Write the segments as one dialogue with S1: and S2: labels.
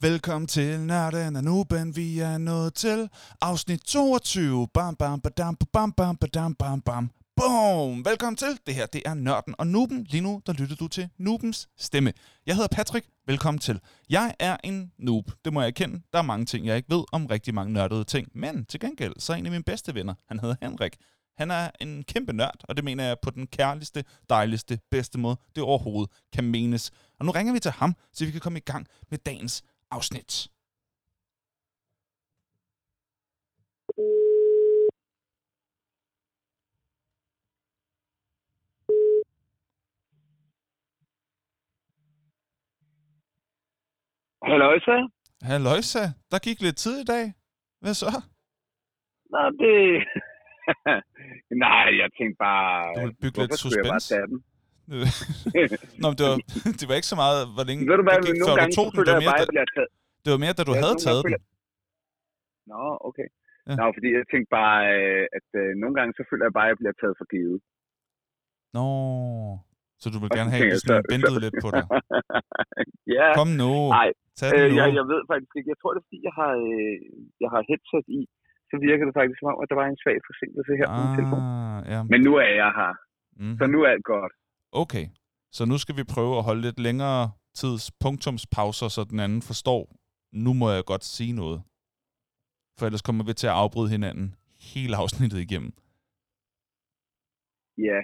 S1: Velkommen til Nørden og Nuben, vi er nået til afsnit 22. Bam, bam, badam, bam, bam, badam, bam, bam. Boom! Velkommen til. Det her, det er Nørden og Nuben. Lige nu, der lytter du til Nubens stemme. Jeg hedder Patrick. Velkommen til. Jeg er en noob. Det må jeg erkende. Der er mange ting, jeg ikke ved om rigtig mange nørdede ting. Men til gengæld, så er en af mine bedste venner. Han hedder Henrik. Han er en kæmpe nørd, og det mener jeg på den kærligste, dejligste, bedste måde, det overhovedet kan menes. Og nu ringer vi til ham, så vi kan komme i gang med dagens afsnit.
S2: Halløjsa.
S1: Halløjsa, der gik lidt tid i dag. Hvad så?
S2: Nå, det... Nej, jeg tænkte bare...
S1: Du vil bygge lidt suspense.
S2: Jeg bare tage den?
S1: Nå, men det var ikke så meget, hvor længe
S2: ved du hvad,
S1: det gik,
S2: nogle
S1: før
S2: gange,
S1: du tog den. Det var mere, da du havde taget den.
S2: Nå, okay.
S1: Ja.
S2: Nå, fordi jeg tænkte bare, at nogle gange, så føler jeg bare, at jeg bliver taget for givet.
S1: Nå, så du vil gerne have, at vi ventede lidt på dig.
S2: Ja.
S1: Kom nu.
S2: Nej,
S1: jeg
S2: ved faktisk ikke. Jeg tror, det er fordi, jeg har headset i. Så virker det faktisk som om, at der var en svag forsinkelse her på min telefon.
S1: Ja.
S2: Men nu er jeg her.
S1: Mm-hmm.
S2: Så nu er alt godt.
S1: Okay, så nu skal vi prøve at holde lidt længere tids punktumspauser, så den anden forstår, nu må jeg godt sige noget. For ellers kommer vi til at afbryde hinanden hele afsnittet igennem.
S2: Ja.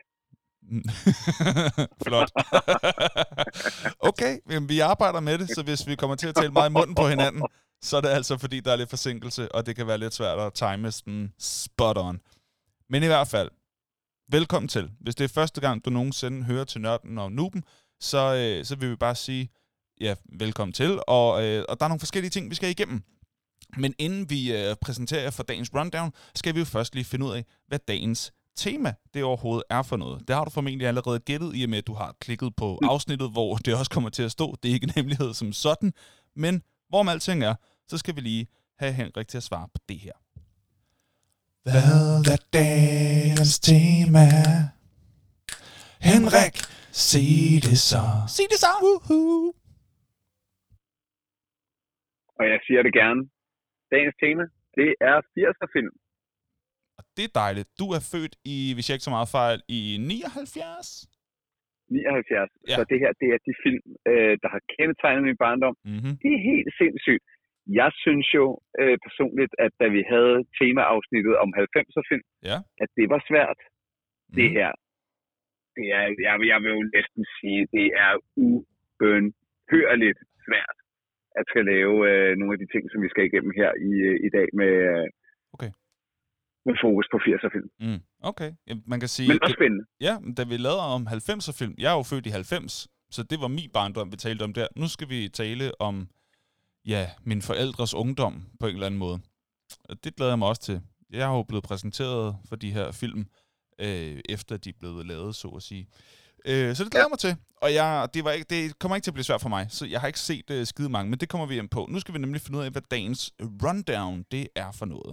S1: Flot. Okay, vi arbejder med det, så hvis vi kommer til at tale meget i munden på hinanden, så er det altså fordi, der er lidt forsinkelse, og det kan være lidt svært at time den spot on. Men i hvert fald, velkommen til. Hvis det er første gang, du nogensinde hører til Nørden og Nuben, så vil vi bare sige, ja, velkommen til. Og der er nogle forskellige ting, vi skal igennem. Men inden vi præsenterer jer for dagens rundown, skal vi jo først lige finde ud af, hvad dagens tema det overhovedet er for noget. Det har du formentlig allerede gættet, i og med at du har klikket på afsnittet, hvor det også kommer til at stå. Det er ikke en hemmelighed som sådan, men hvorom alting er, så skal vi lige have Henrik til at svare på det her. Hvad er dagens tema? Henrik, sig det så. Sig det så. Woohoo.
S2: Og jeg siger det gerne. Dagens tema, det er 80'er-film.
S1: Og det er dejligt. Du er født i, hvis jeg ikke så meget fejl, i 79?
S2: 79.
S1: Ja.
S2: Så det her, det er de film, der har kendetegnet min barndom.
S1: Mm-hmm.
S2: Det er helt sindssygt. Jeg synes jo personligt, at da vi havde temaafsnittet om 90'er-film,
S1: ja,
S2: at det var svært. Det her, det er, jeg vil jo næsten sige, det er ubønhørligt svært at skal lave nogle af de ting, som vi skal igennem her i dag med, med fokus på 80'er-film.
S1: Okay, man kan sige...
S2: Men også spændende.
S1: Ja, da vi lavede om 90'er-film, jeg er jo født i 90, så det var min barndom, vi talte om der. Nu skal vi tale om, ja, min forældres ungdom på en eller anden måde. Og det glæder jeg mig også til. Jeg har jo blevet præsenteret for de her film, efter de er blevet lavet, så at sige. Så det glæder jeg mig til. Og det kommer ikke til at blive svært for mig, så jeg har ikke set skide mange, men det kommer vi ind på. Nu skal vi nemlig finde ud af, hvad dagens rundown det er for noget.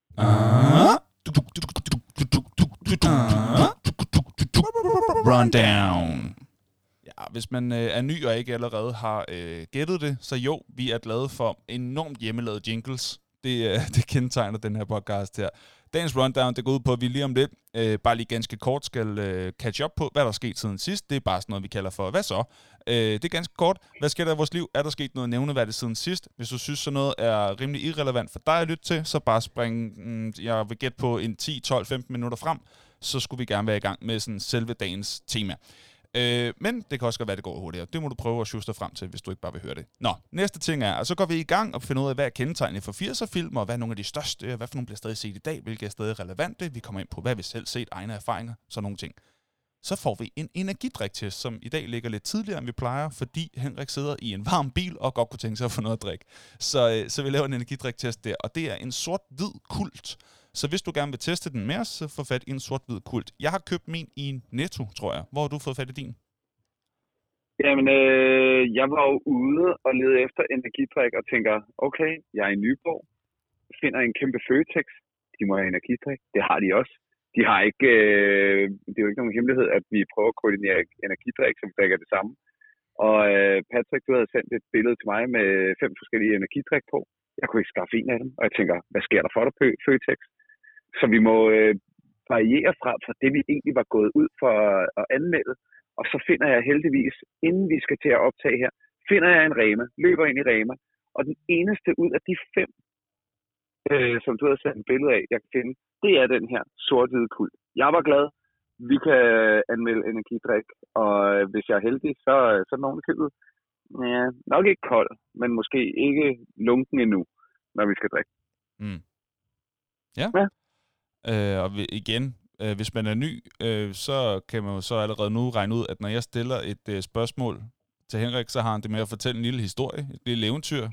S1: Rundown. Ja, hvis man er ny og ikke allerede har gættet det, så jo, vi er glade for enormt hjemmelavede jingles. Det kendetegner den her podcast her. Dagens rundown, det går ud på, at vi lige om lidt, bare lige ganske kort, skal catch up på, hvad der er sket siden sidst. Det er bare sådan noget, vi kalder for, hvad så? Det er ganske kort. Hvad sker der i vores liv? Er der sket noget nævneværdigt siden sidst? Hvis du synes, sådan noget er rimelig irrelevant for dig at lytte til, så bare spring, jeg vil gætte på en 10, 12, 15 minutter frem, så skulle vi gerne være i gang med sådan selve dagens tema. Men det kan også godt være, det går hurtigere. Det må du prøve at sjuste frem til, hvis du ikke bare vil høre det. Nå, næste ting er, og så går vi i gang og finder ud af, hvad er kendetegnet for 80'er-film, og hvad er nogle af de største, og hvad for nogle bliver stadig set i dag, hvilke er stadig relevante. Vi kommer ind på, hvad vi selv set, egne erfaringer, sådan nogle ting. Så får vi en energidriktest, som i dag ligger lidt tidligere, end vi plejer, fordi Henrik sidder i en varm bil og godt kunne tænke sig at få noget at drikke. Så vi laver en energidriktest der, og det er en sort-hvid kult. Så hvis du gerne vil teste den med os, så få fat i en sort-hvid kult. Jeg har købt min i Netto, tror jeg. Hvor har du fået fat i din?
S2: Jamen, jeg var jo ude og lede efter energidrik og tænker, okay, jeg er i Nyborg, finder en kæmpe Føtex, de må have energidrik, det har de også. De har ikke, det er jo ikke nogen hemmelighed, at vi prøver at koordinere energidrik, så vi drikker det samme. Og Patrick, du havde sendt et billede til mig med 5 forskellige energidrik på. Jeg kunne ikke skaffe en af dem, og jeg tænker, hvad sker der for dig, Føtex? Så vi må variere fra det, vi egentlig var gået ud for at anmelde. Og så finder jeg heldigvis, inden vi skal til at optage her, finder jeg en Rema, løber ind i Rema. Og den eneste ud af de 5, som du havde sendt et billede af, jeg kan finde, det er den her sort-hvide kult. Jeg var glad. Vi kan anmelde energidrik, og hvis jeg er heldig, så er nogen købet. Ja, nok ikke kold, men måske ikke lunken endnu, når vi skal drikke.
S1: Mm. Ja. Og igen, hvis man er ny, så kan man jo så allerede nu regne ud, at når jeg stiller et spørgsmål til Henrik, så har han det med at fortælle en lille historie, et lille eventyr.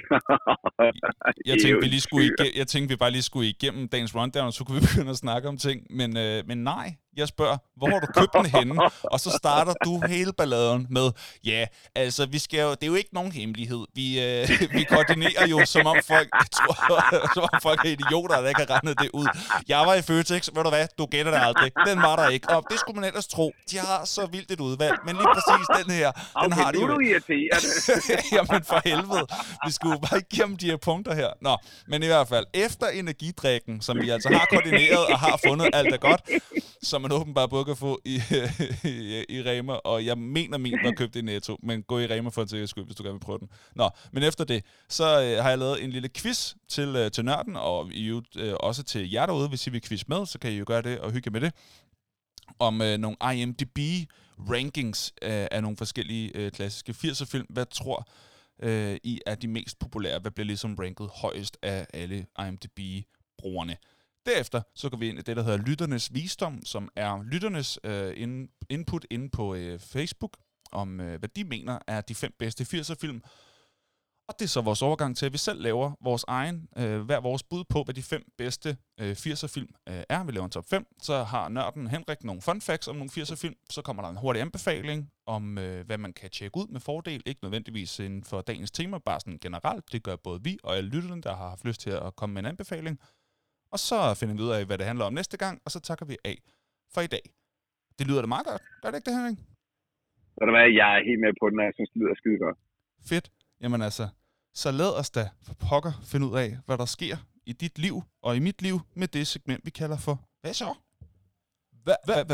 S1: Jeg tænkte, vi bare lige skulle igennem dagens rundown, og så kunne vi begynde at snakke om ting. Men nej, jeg spørger, hvor har du købt den henne? Og så starter du hele balladen med, ja, altså, det er jo ikke nogen hemmelighed. Vi koordinerer jo, som om folk er idioter, der ikke har regnet det ud. Jeg var i Føtex, ved du hvad, du gætter det aldrig. Den var der ikke, og det skulle man ellers tro. De har så vildt et udvalg, men lige præcis den her, den har de jo. Jamen for helvede, vi skulle bare igennem de her punkter her. Nå, men i hvert fald, efter energidrikken, som vi altså har koordineret og har fundet alt er godt, som man åbenbart både kan få i Rema, og jeg mener min var købt i Netto, men gå i Rema for en sikkerheds skyld, hvis du gerne vil prøve den. Nå, men efter det, så har jeg lavet en lille quiz til nørden, og også til jer derude, hvis I vil quiz med, så kan I jo gøre det og hygge med det, om nogle IMDb rankings af nogle forskellige klassiske 80'er-film. Hvad tror I er de mest populære? Hvad bliver ligesom ranket højest af alle IMDb-brugerne? Derefter så går vi ind i det, der hedder Lytternes Visdom, som er lytternes input inde på Facebook, om hvad de mener er de 5 bedste 80'er-film. Og det er så vores overgang til, at vi selv laver vores egen, hver vores bud på, hvad de 5 bedste 80'er-film er. Vi laver en top 5. Så har nørden Henrik nogle fun facts om nogle 80'er-film. Så kommer der en hurtig anbefaling om, hvad man kan tjekke ud med fordel. Ikke nødvendigvis inden for dagens tema, bare sådan generelt. Det gør både vi og alle lytterne, der har haft lyst til at komme med en anbefaling. Og så finder vi ud af, hvad det handler om næste gang, og så takker vi af for i dag. Det lyder da meget godt. Gør det ikke det, Henrik?
S2: Ved du hvad, jeg er helt med på den, og jeg synes, det lyder skide godt.
S1: Fedt. Jamen altså, så lad os da for pokker finde ud af, hvad der sker i dit liv og i mit liv med det segment, vi kalder for Hvad så? Hvad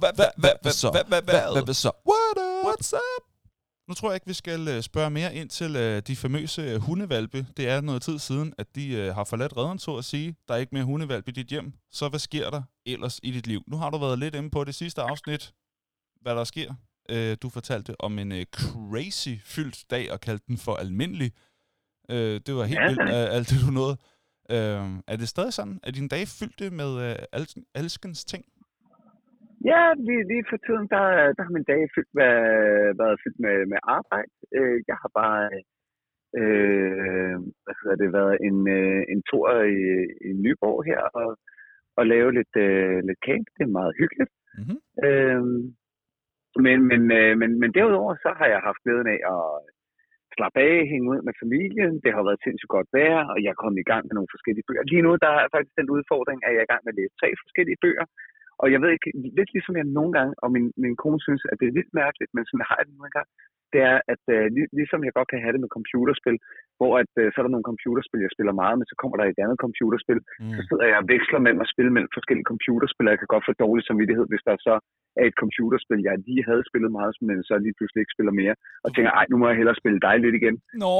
S1: så? What's up? Nu tror jeg ikke, vi skal spørge mere ind til de famøse hundevalpe. Det er noget tid siden, at de har forladt redden, så at sige. Der er ikke mere hundevalpe i dit hjem. Så hvad sker der ellers i dit liv? Nu har du været lidt inde på det sidste afsnit, hvad der sker. Du fortalte om en crazy fyldt dag og kaldte den for almindelig. Det var helt vildt, alt det du nåede. Er det stadig sådan, at dine dage fyldte med alskens ting?
S2: Ja, lige for tiden, der har min dage været fyldt med arbejde. Jeg har bare været en tur i Nyborg her og lave lidt camp. Det er meget hyggeligt.
S1: Mm-hmm.
S2: Men derudover så har jeg haft glæden af at slappe af, hænge ud med familien. Det har været sindssygt godt vejr, og jeg er kommet i gang med nogle forskellige bøger. Lige nu der er faktisk den udfordring, at jeg er i gang med at læse 3 forskellige bøger. Og jeg ved ikke, lidt ligesom jeg nogle gange, og min kone synes, at det er lidt mærkeligt, men sådan har jeg det nogle gange, det er, at ligesom jeg godt kan have det med computerspil, hvor at, så er der nogle computerspil, jeg spiller meget, men så kommer der et andet computerspil, så sidder jeg og veksler mellem at spille mellem forskellige computerspil, og jeg kan godt få dårlig samvittighed, hvis der så er et computerspil, jeg lige havde spillet meget, men så lige pludselig ikke spiller mere, og tænker, nu må jeg hellere spille dig lidt igen.
S1: Nå.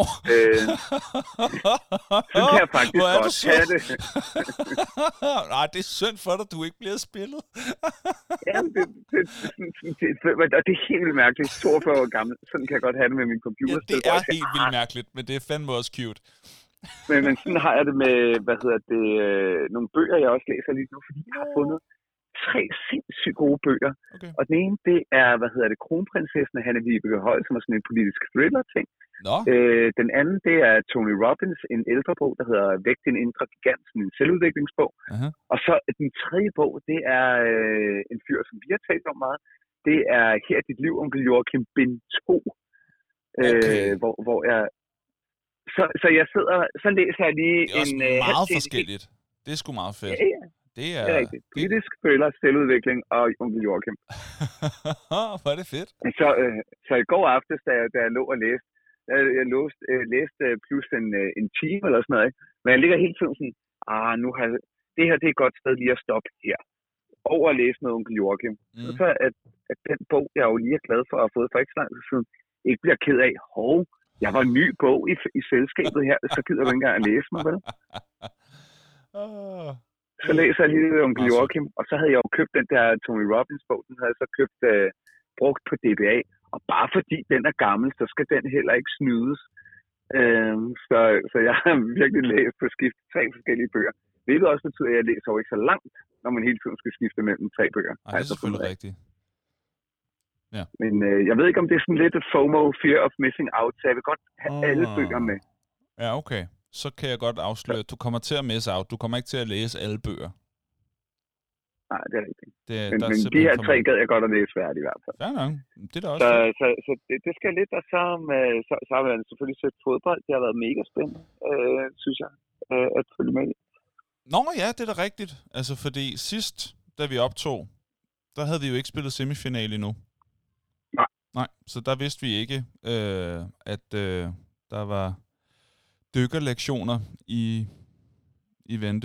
S2: Så kan jeg faktisk godt have det.
S1: Nej, det er synd for dig, du ikke bliver spillet.
S2: Ja, det er helt vildt mærkeligt. 42 år gammel. Sådan kan jeg godt have det med min computerspil.
S1: Ja, det er helt vildt mærkeligt, men det er fandme også cute.
S2: Men sådan har jeg det med, nogle bøger, jeg også læser lige nu, fordi jeg har fundet 3 sindssygt gode bøger. Okay. Og den ene, det er, Kronprinsessen af Hanne-Vibeke Høj, som er sådan en politisk thriller-ting. Den anden, det er Tony Robbins, en ældre bog, der hedder Væk din indre gigant, en selvudviklingsbog. Uh-huh. Og så den tredje bog, det er en fyr, som vi har talt om meget. Det er Her dit liv, onkel Joachim, bind 2. Okay. Hvor jeg... Så jeg sidder, så læser jeg lige
S1: det er også meget forskelligt. Det er sgu meget fedt.
S2: Ja.
S1: Det
S2: er rigtigt. Politisk føler, selvudvikling og onkel Joachim.
S1: Hvor er det fedt.
S2: Så i går aftes, da jeg lå og læste, jeg læste plus en time eller sådan noget, ikke? Men jeg ligger hele tiden sådan, det her det er et godt sted lige at stoppe her. Over at læse med onkel Joachim. Så at den bog, jeg jo lige er glad for at have fået for ikke så lang tid siden, ikke bliver ked af, jeg var en ny bog i selskabet her, så gider du ikke engang at læse mig, vel? Så læser jeg lige onkel Joachim, og så havde jeg jo købt den der Tony Robbins bog, den havde jeg så købt brugt på DBA, og bare fordi den er gammel, så skal den heller ikke snydes. Så jeg har virkelig læst på skift 3 forskellige bøger. Hvilket også betyder, at jeg læser jo ikke så langt, når man hele tiden skal skifte mellem 3 bøger.
S1: Nej, det er selvfølgelig rigtigt. Ja.
S2: Men jeg ved ikke, om det er sådan lidt et FOMO, fear of missing out, så jeg vil godt have alle bøger med.
S1: Ja, okay. Så kan jeg godt afsløre, at du kommer til at miss out. Du kommer ikke til at læse alle bøger.
S2: Nej, det er rigtigt. Men de her 3 gad jeg godt at læse færdigt i hvert fald.
S1: Ja, nok. Det er da også
S2: så det skal lidt, og så har vi selvfølgelig set fodbold. Det har været mega spændende, synes jeg, at følge med.
S1: Nå ja, det er da rigtigt. Altså, fordi sidst, da vi optog, der havde vi jo ikke spillet semifinale endnu. Nej, så der vidste vi ikke, at der var dykkerlektioner i vente.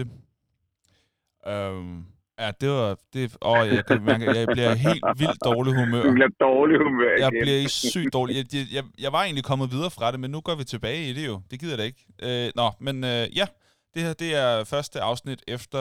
S1: Ja, det var... jeg bliver helt vildt dårlig humør.
S2: Du bliver dårlig humør igen.
S1: Jeg bliver sygt dårlig. Jeg var egentlig kommet videre fra det, men nu går vi tilbage i det jo. Det gider jeg da ikke. Ja, det her det er første afsnit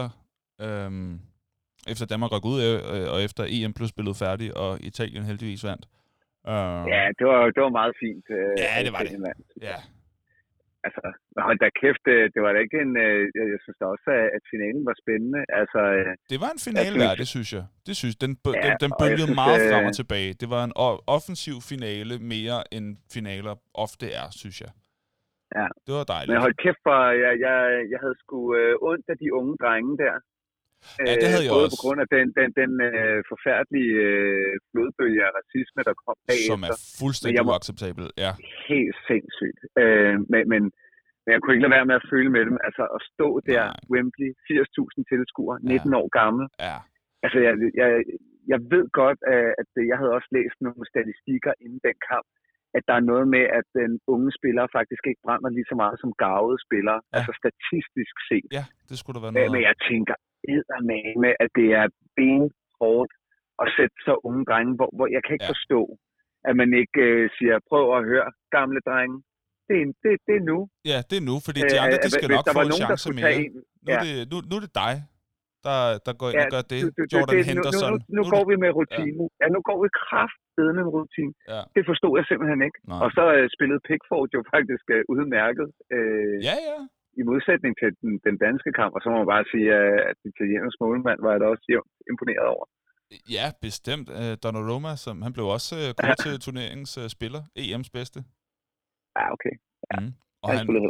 S1: efter Danmark røg ud, og efter EM plus spillet færdig, og Italien heldigvis vandt.
S2: Ja, det var meget fint.
S1: Ja, det var det. Ja.
S2: Altså, hold da kæft, det var da ikke en... Jeg synes da også, at finalen var spændende. Altså,
S1: det var en finale værd, det synes jeg. Den bølgede meget frem og tilbage. Det var en offensiv finale mere end finaler ofte er, synes jeg.
S2: Ja.
S1: Det var dejligt.
S2: Men hold kæft, for jeg havde sgu ondt af de unge drenge der.
S1: Ja, det havde jeg
S2: både
S1: også.
S2: På grund af den forfærdelige flodbølge af racisme, der kom bagefter.
S1: Som er fuldstændig uacceptabel, ja.
S2: Helt sindssygt. Men jeg kunne ikke lade være med at føle med dem. Altså at stå der, Wembley, 80.000 tilskuere, 19 år gammel.
S1: Ja.
S2: Altså jeg ved godt, at jeg havde også læst nogle statistikker inden den kamp, at der er noget med, at den unge spiller faktisk ikke brænder lige så meget som garvede spillere. Ja. Altså statistisk set.
S1: Ja, det skulle der være noget.
S2: Men jeg tænker med, at det er benhårdt at sætte så unge drenge, hvor jeg kan ikke forstå, at man ikke siger, prøv at høre, gamle drenge. Det er nu.
S1: Ja, det er nu, fordi de andre, de skal nok få en chance mere. Nu er det dig, der går ind og gør det. Jordan Henderson.
S2: Nu går vi med rutine. Ja, nu går vi kraftedeme med rutine. Ja. Det forstod jeg simpelthen ikke. Nej. Og så spillede Pickford jo faktisk udmærket.
S1: Ja.
S2: I modsætning til den danske kamp, og så må man bare sige, at italienske målmand var jeg da også imponeret over.
S1: Ja, bestemt. Donnarumma, han blev også kåret til turneringens spiller, EM's bedste.
S2: Ja, okay. Ja.
S1: Og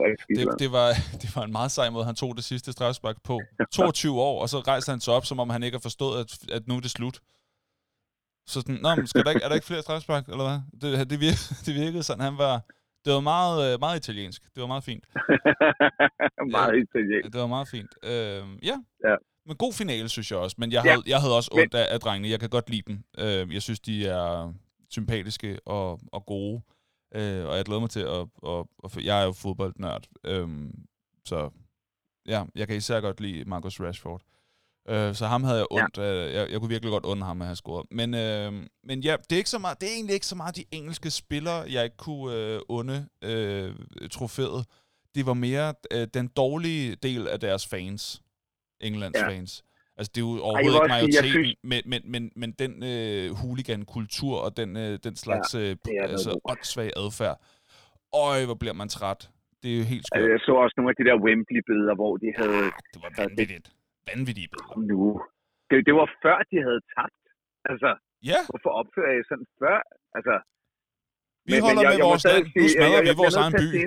S1: det var en meget sej måde, han tog det sidste strafspark på. 22 år, og så rejste han sig op, som om han ikke har forstået, at nu er det slut. Så sådan, er der ikke flere strafspark, eller hvad? Det virkede sådan, det var meget, meget italiensk. Det var meget fint.
S2: Meget italiensk.
S1: Det var meget fint. Ja. Men god finale, synes jeg også. Men jeg havde også ondt af drengene. Jeg kan godt lide dem. Jeg synes, de er sympatiske og gode. Og jeg glæder mig til at jeg er jo fodboldnørd. Så ja, jeg kan især godt lide Marcus Rashford. Så ham havde jeg ondt. Jeg kunne virkelig godt undre ham at have scoret. Men ja, det er egentlig ikke så meget de engelske spillere, jeg ikke kunne unde trofæet. Det var mere den dårlige del af deres fans. Englands fans. Altså, det er jo overhovedet ikke majoriteten, men den hooligan-kultur og den slags åndssvag adfærd. Hvor bliver man træt. Det er jo helt skørt.
S2: Jeg så også nogle af de der Wembley-billeder, hvor de havde...
S1: det var vanvittigt. Vanvittige billeder.
S2: Nu. Det var før, de havde tabt. Altså, hvorfor opfører jeg sådan før? Altså,
S1: vi holder med vores land. Nu smadrer vi vores egen by.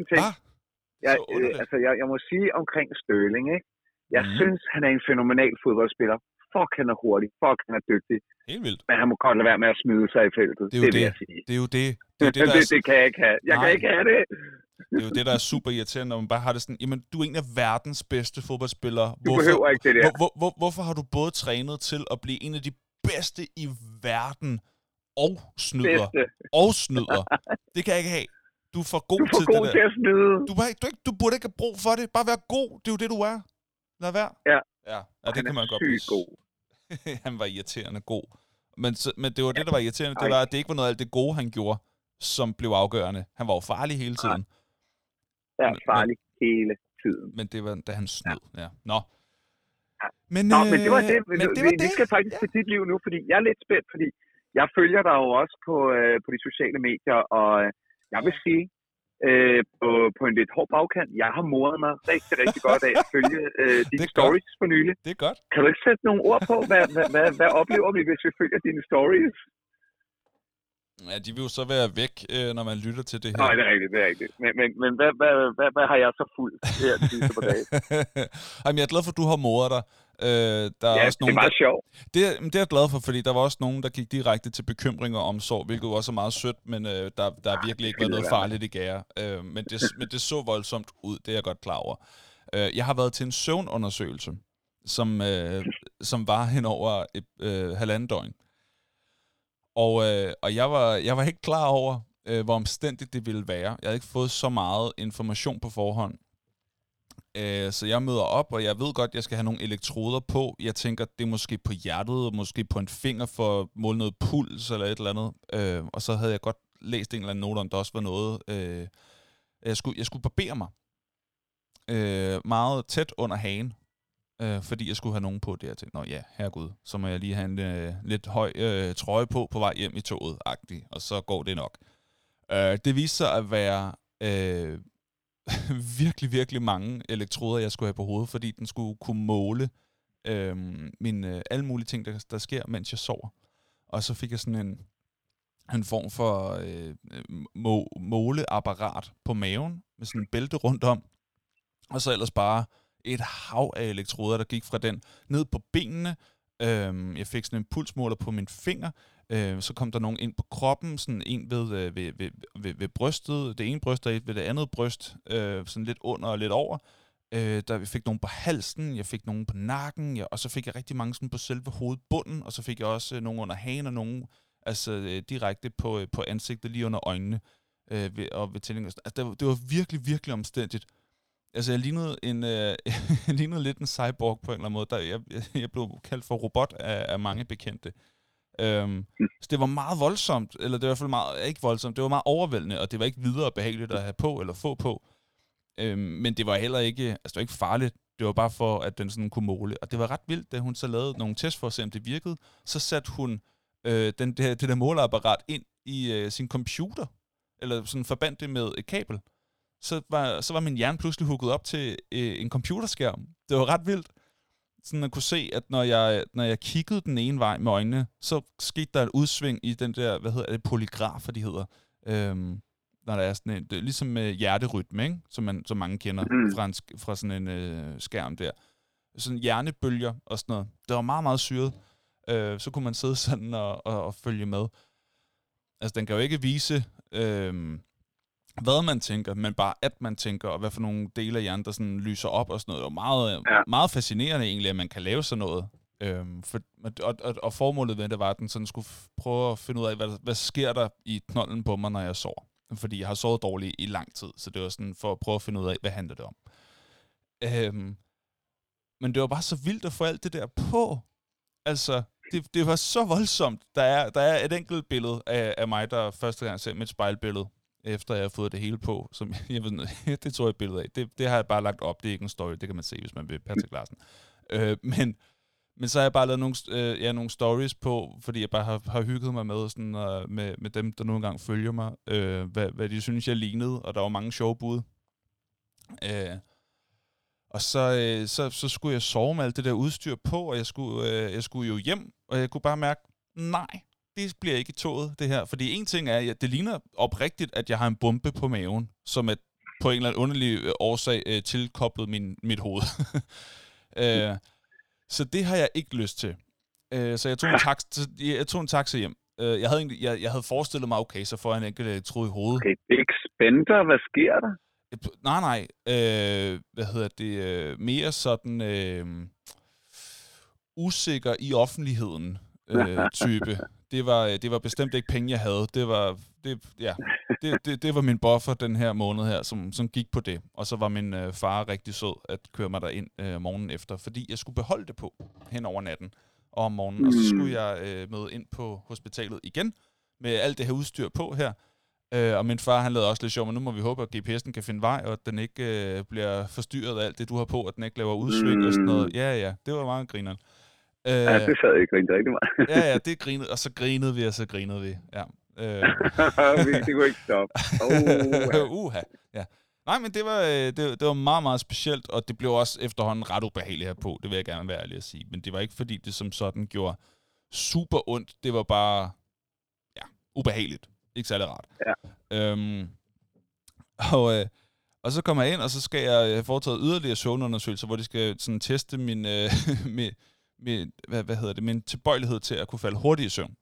S2: Jeg må sige omkring Sterling, ikke? Jeg synes, han er en fænomenal fodboldspiller. Fuck, han er hurtig. Fuck, han er dygtig.
S1: Helt vildt.
S2: Men han må godt lade være med at smide sig i feltet.
S1: Det er jo det. Det er jo det.
S2: Det kan jeg ikke have. Jeg kan ikke have det.
S1: Det er jo det, der er super irriterende, når man bare har det sådan, jamen, du er en af verdens bedste fodboldspillere.
S2: Du behøver ikke det der.
S1: Hvorfor har du både trænet til at blive en af de bedste i verden og snyder? Det kan jeg ikke have. Du er for god til det der.
S2: Til at snyde.
S1: Du burde ikke have brug for det. Bare være god. Det er jo det, du er. Lad være.
S2: Ja.
S1: Det kan man godt blive.
S2: God.
S1: Han var irriterende god. Men det var det, der var irriterende. Det var, at det ikke var noget af alt det gode, han gjorde, som blev afgørende. Han var jo farlig hele tiden.
S2: Ja, farlig hele tiden.
S1: Men det var, da han snød. Ja. Nå.
S2: Men det var det. Vi skal faktisk til dit liv nu, fordi jeg er lidt spændt, fordi jeg følger dig jo også på de sociale medier, og jeg vil sige, på en lidt hård bagkant, jeg har moret mig rigtig, rigtig godt af at følge dine stories for nylig.
S1: Det er godt.
S2: Kan du ikke sætte nogle ord på, hvad oplever vi, hvis vi følger dine stories?
S1: Ja, de vil jo så være væk, når man lytter til det her.
S2: Nej, det er rigtigt. Men hvad har jeg så fulgt her de sidste par dage?
S1: Jamen, jeg er glad for, at du har moret dig. Der er også nogen,
S2: det er meget sjovt.
S1: Det er jeg glad for, fordi der var også nogen, der gik direkte til bekymring og omsorg, hvilket jo også er meget sødt, men der er virkelig ikke været noget farligt i gære. Men det så voldsomt ud, det er jeg godt klar over. Jeg har været til en søvnundersøgelse, som var hen over halvanden døgn. Og jeg var ikke klar over, hvor omstændigt det ville være. Jeg havde ikke fået så meget information på forhånd. Så jeg møder op, og jeg ved godt, at jeg skal have nogle elektroder på. Jeg tænker, det er måske på hjertet, måske på en finger for at måle noget puls eller et eller andet. Og så havde jeg godt læst en eller anden note om, der også var noget. Jeg skulle barbere mig meget tæt under hagen. Fordi jeg skulle have nogen på det. Jeg tænkte, nå ja, herregud, så må jeg lige have en lidt høj trøje på vej hjem i toget-agtigt, og så går det nok. Det viste sig at være virkelig, virkelig mange elektroder, jeg skulle have på hovedet, fordi den skulle kunne måle alle mulige ting, der sker, mens jeg sover. Og så fik jeg sådan en form for måleapparat på maven, med sådan en bælte rundt om, og så ellers bare et hav af elektroder, der gik fra den ned på benene. Jeg fik sådan en pulsmåler på min finger. Så kom der nogen ind på kroppen, sådan en ved brystet, det ene bryst og et ved det andet bryst, sådan lidt under og lidt over. Der fik nogen på halsen, jeg fik nogen på nakken, og så fik jeg rigtig mange sådan på selve hovedbunden, og så fik jeg også nogen under hagen og nogen direkte på ansigtet, lige under øjnene og ved tændingen. Altså, det var virkelig, virkelig omstændigt. Altså, jeg lignede lidt en cyborg på en eller anden måde. Jeg blev kaldt for robot af mange bekendte. Så det var meget voldsomt, eller det var i hvert fald meget, ikke voldsomt, det var meget overvældende, og det var ikke videre behageligt at have på eller få på. Men det var heller ikke, altså det var ikke farligt, det var bare for, at den sådan kunne måle. Og det var ret vildt, da hun så lavede nogle tests for at se, om det virkede. Så satte hun det der måleapparat ind i sin computer, eller sådan forbandt det med et kabel. Så var min hjerne pludselig hooket op til en computerskærm. Det var ret vildt. Sådan at kunne se, at når jeg kiggede den ene vej med øjnene, så skete der et udsving i den der, polygrafer, de hedder. Når der er sådan en, det er ligesom hjerterytme, ikke? Som mange kender fra sådan en skærm der. Sådan hjernebølger og sådan noget. Det var meget, meget syret. Så kunne man sidde sådan og følge med. Altså, den kan jo ikke vise, hvad man tænker, men bare at man tænker, og hvad for nogle dele af hjernen, der sådan lyser op og sådan noget. Det var meget fascinerende egentlig, at man kan lave sådan noget. Og formålet ved det var, at den sådan skulle prøve at finde ud af, hvad sker der i knolden på mig, når jeg sover. Fordi jeg har sovet dårligt i lang tid, så det var sådan for at prøve at finde ud af, hvad handler det om. Men det var bare så vildt at få alt det der på. Altså, det var så voldsomt. Der er et enkelt billede af mig, der første gang ser mit spejlbillede, efter jeg har fået det hele på, som jeg ved, det tog jeg et billede af. Det har jeg bare lagt op, det er ikke en story, det kan man se, hvis man vil, Patrick Larsen. Men så har jeg bare lavet nogle stories på, fordi jeg bare har hygget mig med, sådan, med dem, der nogle gange følger mig, hvad de synes, jeg lignede, og der var mange sjove bud. Og så skulle jeg sove med alt det der udstyr på, og jeg skulle jo hjem, og jeg kunne bare mærke, nej, det bliver ikke i toget, det her. Fordi en ting er, at det ligner oprigtigt, at jeg har en bombe på maven, som er på en eller anden underlig årsag tilkoblet mit hoved. Så det har jeg ikke lyst til. Så jeg tog en taxa hjem. Jeg havde forestillet mig, okay, så får jeg en enkelt elektrode i hovedet.
S2: Okay, big spender, hvad sker der?
S1: Nej. Hvad hedder det? Mere sådan usikker i offentligheden type. Det var bestemt ikke penge, jeg havde. Det var min buffer den her måned her, som gik på det. Og så var min far rigtig sød at køre mig derind morgenen efter, fordi jeg skulle beholde det på hen over natten og om morgenen. Og så skulle jeg møde ind på hospitalet igen med alt det her udstyr på her. Og min far, han lavede også lidt sjov, men nu må vi håbe, at GPS'en kan finde vej, og at den ikke bliver forstyrret af alt det, du har på, at den ikke laver udsving og sådan noget. Ja, det var meget grineren.
S2: Ja, det sad jeg grinede rigtig meget.
S1: Ja, det grinede, og så grinede vi, ja.
S2: Det kunne ikke stoppe.
S1: Ja. Nej, men det var meget, meget specielt, og det blev også efterhånden ret ubehageligt her på, det vil jeg gerne være ærlig at sige. Men det var ikke, fordi det som sådan gjorde super ondt, det var bare, ubehageligt. Ikke særlig rart.
S2: Ja.
S1: Og så kommer jeg ind, og så skal jeg have foretaget yderligere søvnundersøgelser, hvor de skal sådan teste min, min tilbøjelighed til at kunne falde hurtigt i søvn.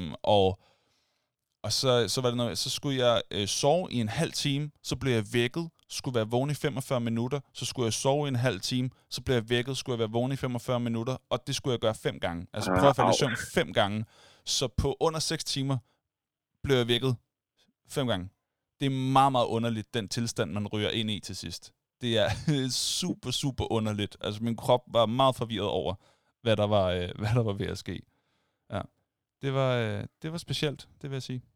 S1: Og så var det noget, så skulle jeg sove i en halv time, så blev jeg vækket, skulle være vågen i 45 minutter, så skulle jeg sove i en halv time, så blev jeg vækket, skulle jeg være vågen i 45 minutter, og det skulle jeg gøre 5 gange. Altså prøve at falde i søvn 5 gange. Så på under 6 timer blev jeg vækket 5 gange. Det er meget, meget underligt, den tilstand, man ryger ind i til sidst. Det er super, super underligt. Altså, min krop var meget forvirret over, hvad der var ved at ske. Ja. Det var specielt, det vil jeg sige.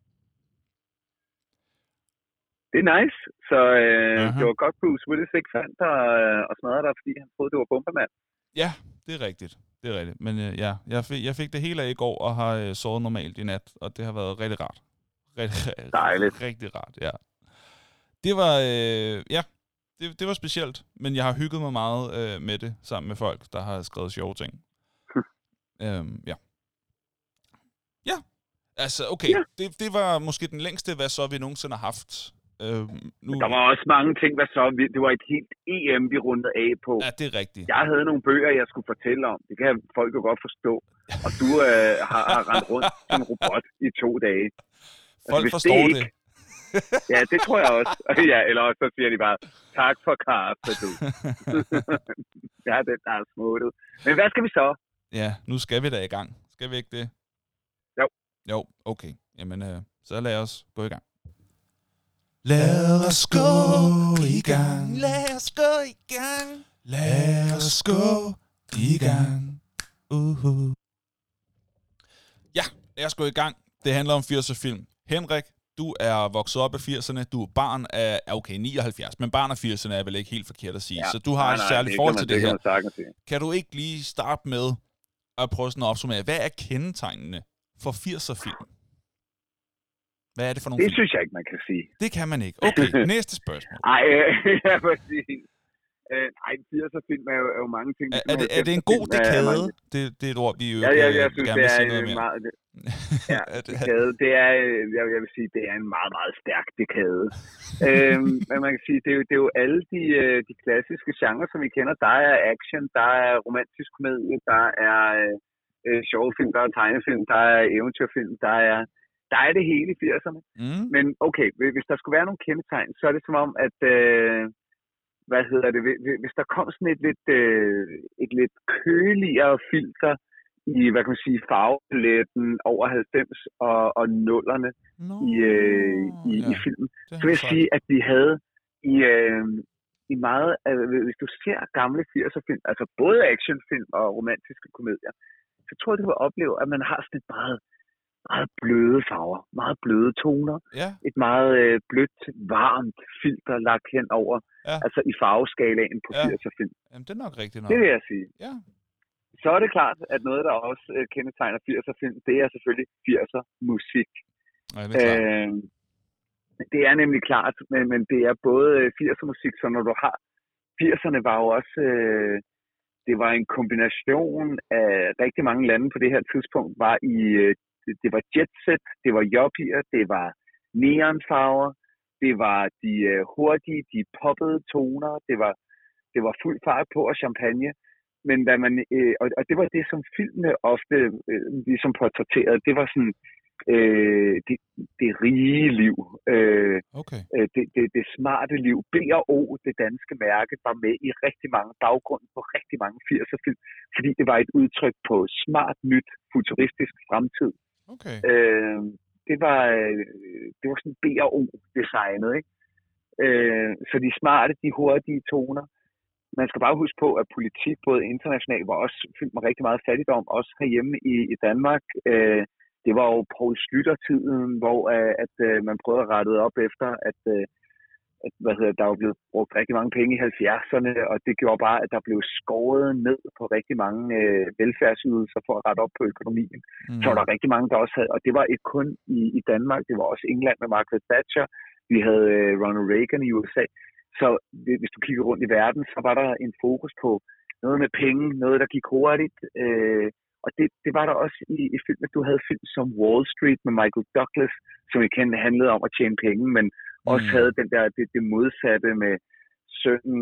S2: Det er nice. Så det var godt, Bruce Willis ikke fandt dig og smadrede dig, fordi han troede, det var Bomberman.
S1: Ja, det er rigtigt. Men jeg fik det hele af i går, og har sovet normalt i nat, og det har været rigtig rart. Rigtig rart, ja. Det var, det var specielt, men jeg har hygget mig meget med det, sammen med folk, der har skrevet sjove ting. Ja. Ja, altså okay, det var måske den længste, hvad så vi nogensinde har haft.
S2: Der var også mange ting, hvad så? Det var et helt EM, vi rundede af på.
S1: Ja, det er rigtigt.
S2: Jeg havde nogle bøger, jeg skulle fortælle om. Det kan folk jo godt forstå. Og du har rendt rundt som en robot i 2 dage.
S1: Folk forstår det.
S2: Ja, det tror jeg også. Ja, eller også så siger de bare, tak for kaffe, du. Ja, det er smuttet. Men hvad skal vi så?
S1: Ja, nu skal vi da i gang. Skal vi ikke det? Jo, okay. Jamen, så lad os gå i gang. Lad os gå i gang. Lad os gå i gang. Lad os gå i gang. Ja, lad os gå i gang. Det handler om 80'er film. Henrik, du er vokset op af 80'erne. Du er barn af, okay, 79, men barn af 80'erne er vel ikke helt forkert at sige. Ja, så du har et særligt forhold til det her. Kan du ikke lige starte med at prøve sådan at opsummere, hvad er kendetegnene for 80'er film? Hvad er det for nogle
S2: film?
S1: Det
S2: synes jeg ikke, man kan sige.
S1: Det kan man ikke. Okay, næste spørgsmål.
S2: Ej, jeg må sige. Ej, 80'er film er jo mange ting.
S1: Er det en god dekade? Det er et ord, vi jo
S2: jeg synes,
S1: gerne vil sige noget mere.
S2: Dekade, det er, jeg vil sige, det er en meget, meget stærk dekade. Men man kan sige, det er jo alle de klassiske genrer, som vi kender. Der er action, der er romantisk komedie, der er sjove film, der er tegnefilm, der er eventyrfilm, der er det hele i 80'erne. Men okay, hvis der skulle være nogle kendetegn, så er det som om, at hvis der kom sådan et lidt køligere filter i, hvad kan man sige, farvepaletten over 90 og 0'erne i filmen, så vil jeg sige, at vi havde i meget, hvis du ser gamle 80'er film, altså både actionfilm og romantiske komedier, så tror jeg, du vil opleve, at man har sådan et meget bløde farver, meget bløde toner, et meget blødt, varmt filter lagt hen over, altså i farveskalaen på 80'er film.
S1: Jamen, det er nok rigtigt nok.
S2: Det vil jeg sige.
S1: Ja.
S2: Så er det klart, at noget, der også kendetegner 80'er film, det er selvfølgelig 80'er musik.
S1: Ja, det er klart.
S2: Det er nemlig klart, men det er både 80'er musik, så når du har 80'erne var jo også det var en kombination af rigtig mange lande på det her tidspunkt var i det var jetset, det var yuppier, det var neonfarver, det var de hurtige, de poppede toner, det var fuld fart på og champagne. Men og det var det, som filmene ofte ligesom portrætterede. Det var sådan det rige liv,
S1: Okay.
S2: det smarte liv. B&O, det danske mærke, var med i rigtig mange baggrunde på rigtig mange 80'er-film, fordi det var et udtryk på smart, nyt, futuristisk fremtid.
S1: Okay.
S2: Det var sådan B&O-designet, ikke? Så de smarte, de hurtige toner. Man skal bare huske på, at politik både internationalt var også fyldt med rigtig meget fattigdom, også herhjemme i Danmark. Det var jo Poul Schlüter-tiden, hvor man prøvede at rette op efter, at der var blevet brugt rigtig mange penge i 70'erne, og det gjorde bare, at der blev skåret ned på rigtig mange velfærdsydelser for at rette op på økonomien. Så var der rigtig mange, der også havde, og det var ikke kun i Danmark, det var også England med Margaret Thatcher, vi havde Ronald Reagan i USA. Så hvis du kigger rundt i verden, så var der en fokus på noget med penge, noget der gik hurtigt, og det var der også i filmen. Du havde film som Wall Street med Michael Douglas, som igen handlede om at tjene penge, men også havde den der, det modsatte med sønnen,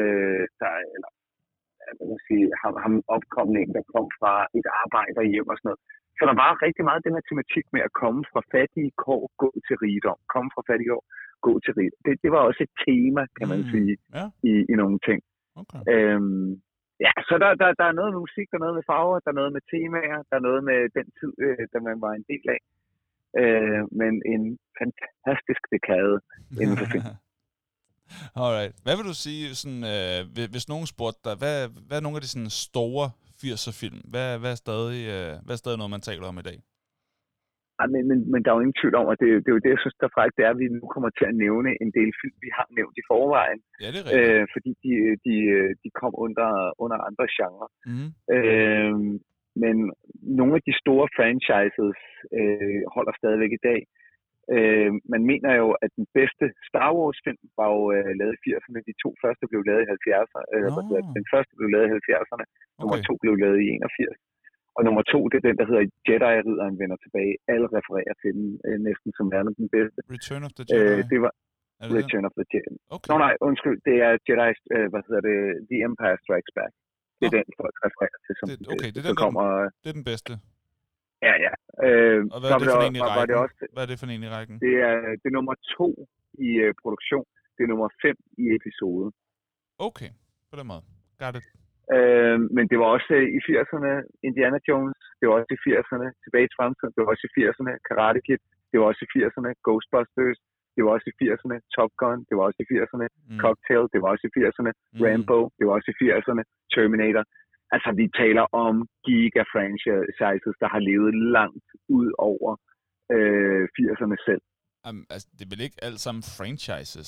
S2: ham opkomningen, der kom fra et arbejderhjem og sådan noget. Så der var rigtig meget den her tematik med at komme fra fattige kår, gå til rigdom. Komme fra fattige kår, gå til rigdom. Det var også et tema, kan man sige, i nogle ting.
S1: Okay.
S2: Så der er noget med musik, der er noget med farver, der er noget med temaer, der er noget med den tid, der man var en del af. Men en fantastisk dekade inden for film.
S1: Alright. Hvad vil du sige, sådan, hvis nogen spurgte dig, hvad er nogle af de sådan store 80'er-film? Hvad er stadig noget, man taler om i dag?
S2: Ja, men der er jo ingen tvivl om, at det er jo det, jeg synes, der faktisk er, at vi nu kommer til at nævne en del film, vi har nævnt i forvejen.
S1: Ja, det er rigtigt.
S2: Fordi de kom under andre genrer. Men nogle af de store franchises holder stadigvæk i dag. Man mener jo, at den bedste Star Wars-film var jo lavet i 80'erne. De to første blev lavet i 70'erne. Den første blev lavet i 70'erne. Nummer 2 blev lavet i 81. Og nummer 2, det er den, der hedder Jedi-ridderen vender tilbage. Alle refererer til den næsten som værende den bedste.
S1: Return of the Jedi?
S2: Det var Return of the Jedi.
S1: Okay.
S2: Nej, undskyld. Det er Jedi, The Empire Strikes Back. Det er den, folk refererer til som
S1: det er den bedste.
S2: Ja.
S1: Og hvad er det for en i rækken? Hvad er det for en i rækken?
S2: Det er nummer 2 i produktion. Det er nummer 5 i episode.
S1: Okay, på den måde. Got it.
S2: Men det var også i 80'erne Indiana Jones. Det var også i 80'erne Tilbage til fremtiden. Det var også i 80'erne Karate Kid. Det var også i 80'erne Ghostbusters. Det var også i 80'erne Top Gun. Det var også i 80'erne Cocktail. Det var også i 80'erne Rambo. Det var også i 80'erne Terminator. Altså, vi taler om giga-franchises, der har levet langt ud over 80'erne selv.
S1: Altså, det er vel ikke alt sammen franchises?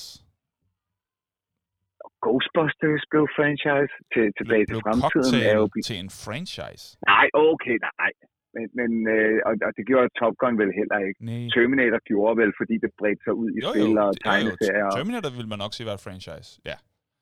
S2: Ghostbusters blev franchise tilbage til fremtiden.
S1: Cocktail til en franchise?
S2: Nej. Men og det gjorde Top Gun vel heller ikke.
S1: Nee.
S2: Terminator gjorde vel, fordi det bredte sig ud i spil og tegneserier.
S1: Terminator vil man nok sige var et franchise, ja.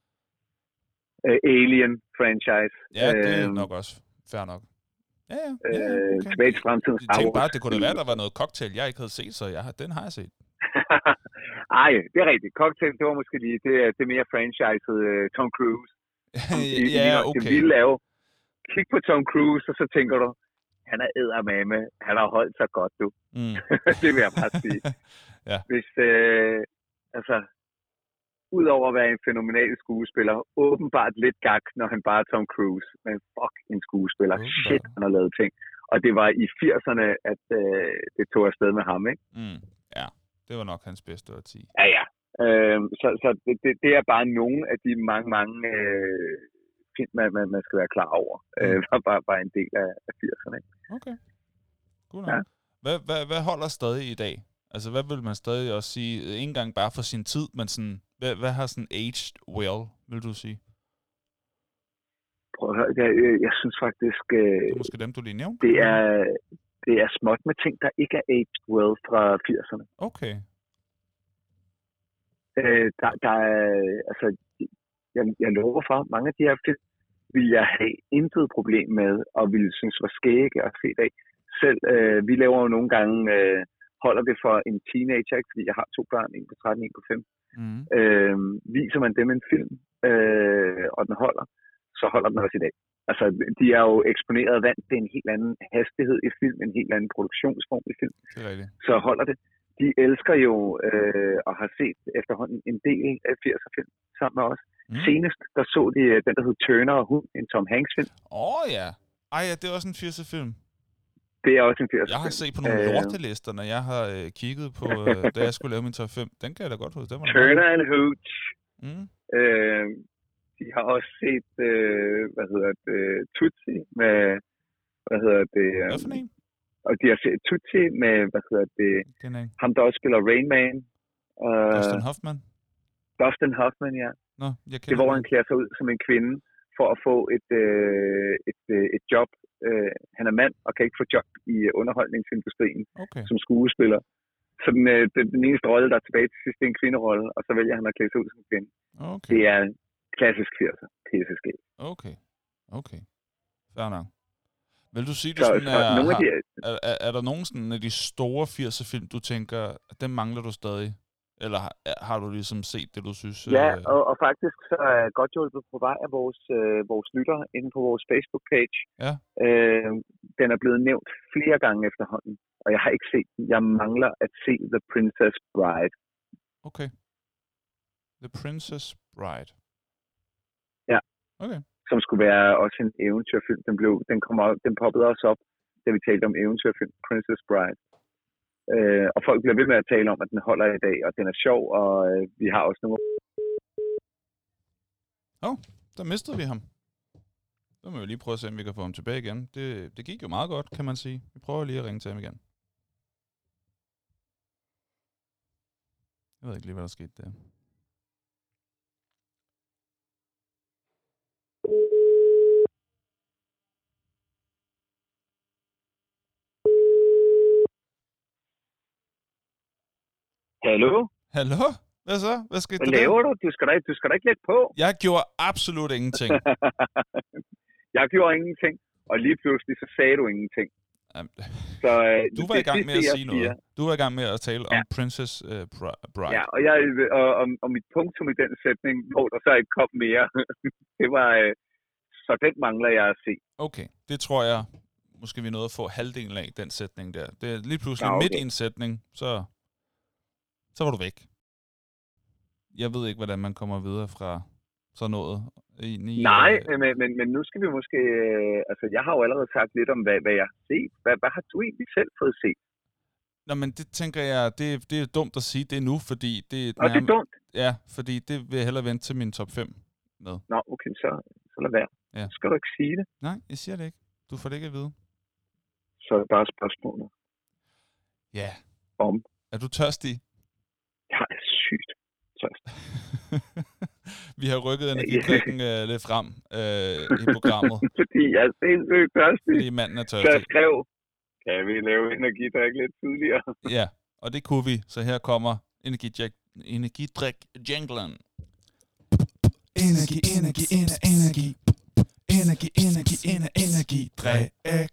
S2: Alien franchise.
S1: Ja, det er nok også fair nok. Ja, okay.
S2: Tilbage til fremtiden.
S1: Jeg tænkte bare, at det kunne da være, der var noget cocktail, jeg ikke havde set, så den har jeg set.
S2: Ej, det er rigtigt. Cocktail, det var måske lige det mere franchiset Tom Cruise.
S1: Okay.
S2: Det ville lave. Kig på Tom Cruise, og så tænker du, han er eddermame. Han har holdt sig godt, du. Det vil jeg bare sige.
S1: Ja.
S2: Hvis, udover at være en fænomenal skuespiller, åbenbart lidt gak, når han bare er Tom Cruise. Men fuck, en skuespiller. Shit, han har lavet ting. Og det var i 80'erne, at det tog afsted med ham, ikke?
S1: Ja, det var nok hans bedste årti.
S2: Ja. Så det er bare nogle af de mange film, man skal være klar over. var bare en del af 80'erne. Ikke?
S1: Okay. Cool. Ja. Hvad holder stadig i dag? Altså, hvad vil man stadig også sige? Ikke engang bare for sin tid, men sådan, hvad har sådan aged well, vil du sige?
S2: Prøv at høre, jeg synes faktisk...
S1: det er måske dem, du lige nævnte?
S2: Det er småt med ting, der ikke er aged well fra 80'erne.
S1: Okay.
S2: Der er... Altså, jeg lover for, mange af de her film vil jeg have intet problem med, og ville synes var skægge at se af. Selv, vi laver jo nogle gange... holder det for en teenager, ikke? Fordi jeg har 2 børn, en på 13, en på 5. Viser man dem en film, og den holder, så så holder den også i dag. Altså, de er jo eksponeret vant til en helt anden hastighed i film, en helt anden produktionsform i film.
S1: Det er rigtigt.
S2: Så holder det. De elsker jo og har set efterhånden en del af 80'er-film sammen med os. Senest, der så de den, der hed Turner og Hund, en Tom Hanks-film.
S1: Ja. Ej, ja, det er også en 80'er-film.
S2: Det er også en 80'er-film.
S1: Jeg har set på nogle lortelister, når jeg har kigget på, da jeg skulle lave min top 5. Den kan jeg da godt huske.
S2: Turner and Hooch. De har også set, Tootsie med,
S1: Hvad for en?
S2: Og de har set Tootsie med, ham der også spiller Rain Man. Dustin Hoffman, ja.
S1: Nå,
S2: det er, hvor han klæder sig ud som en kvinde for at få et job. Han er mand og kan ikke få job i underholdningsindustrien som skuespiller. Så den eneste rolle, der er tilbage til sidst, det er en kvinderolle, og så vælger han at klæde sig ud som en kvinde.
S1: Okay.
S2: Det er klassisk 80'er. PSSG.
S1: Okay. Fair nok. Vil du sige, er der nogen sådan af de store 80'er-film, du tænker, dem mangler du stadig? Eller har du ligesom set det, du synes?
S2: Ja, og faktisk så er godt hjulpet på vej af vores lytter inde på vores Facebook-page.
S1: Ja.
S2: Den er blevet nævnt flere gange efterhånden, og jeg har ikke set den. Jeg mangler at se The Princess Bride.
S1: Okay. The Princess Bride.
S2: Ja.
S1: Okay.
S2: Som skulle være også en eventyrfilm. Den poppede også op, da vi talte om eventyrfilm, Princess Bride. Og folk bliver ved med at tale om, at den holder i dag, og den er sjov, og vi har også nogle...
S1: Der mistede vi ham. Så må vi lige prøve at se, om vi kan få ham tilbage igen. Det gik jo meget godt, kan man sige. Vi prøver lige at ringe til ham igen. Jeg ved ikke lige, hvad der skete der.
S2: Hallo?
S1: Hvad så? Hvad skete der?
S2: Hvad laver du? Du skal da ikke lægge på.
S1: Jeg gjorde absolut ingenting.
S2: Jeg gjorde ingenting, og lige pludselig så sagde du ingenting.
S1: Så, du var i gang med at sige noget. Du var i gang med at tale om Princess Bride.
S2: Ja, og mit punktum i den sætning, hvor der så ikke kom mere, det var, så den mangler jeg at se.
S1: Okay, det tror jeg, måske vi nåede at få halvdelen af den sætning der. Det er lige pludselig midt i en sætning, så var du væk. Jeg ved ikke, hvordan man kommer videre fra sådan noget.
S2: Nej, men nu skal vi måske... altså, jeg har jo allerede sagt lidt om, hvad jeg har set. Hvad har du egentlig selv fået set?
S1: Nå, men det tænker jeg, det er dumt at sige det nu, fordi det er...
S2: det er dumt?
S1: Ja, fordi det vil jeg hellere vente til min top 5 med.
S2: Nå, okay, så lad være. Ja. Skal du ikke sige det?
S1: Nej, jeg siger det ikke. Du får det ikke at vide.
S2: Så er det bare spørgsmålet.
S1: Ja.
S2: Om?
S1: Er du tørstig?
S2: Jeg er sygt tørstig.
S1: Vi har rykket energidrikken lidt frem i programmet.
S2: Fordi jeg er sindssygt tørstig.
S1: Fordi manden er tørstig.
S2: Så jeg skrev, kan vi lave energidrik lidt tidligere?
S1: Ja, og det kunne vi. Så her kommer energidrik-jinglen. Energidrik.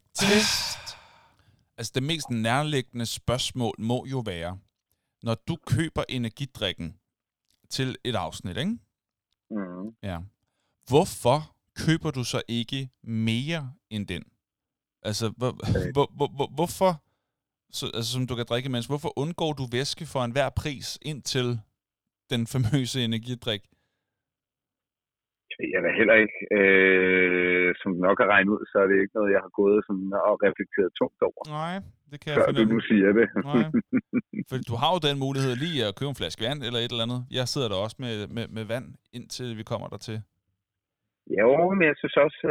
S1: Altså det mest nærliggende spørgsmål må jo være, når du køber energidrikken til et afsnit, ikke?
S2: Mm.
S1: Ja. Hvorfor køber du så ikke mere end den? Altså, hvorfor, som du kan drikke imens, hvorfor undgår du væske for enhver pris indtil den famøse energidrik?
S2: Jeg er heller ikke, som nok har regnet ud, så er det ikke noget, jeg har gået sådan og reflekteret tungt over.
S1: Nej, det kan jeg
S2: finde. Før du nu siger det.
S1: Nej, for du har jo den mulighed lige at købe en flaske vand eller et eller andet. Jeg sidder der også med vand, indtil vi kommer dertil.
S2: Jo, men jeg synes også...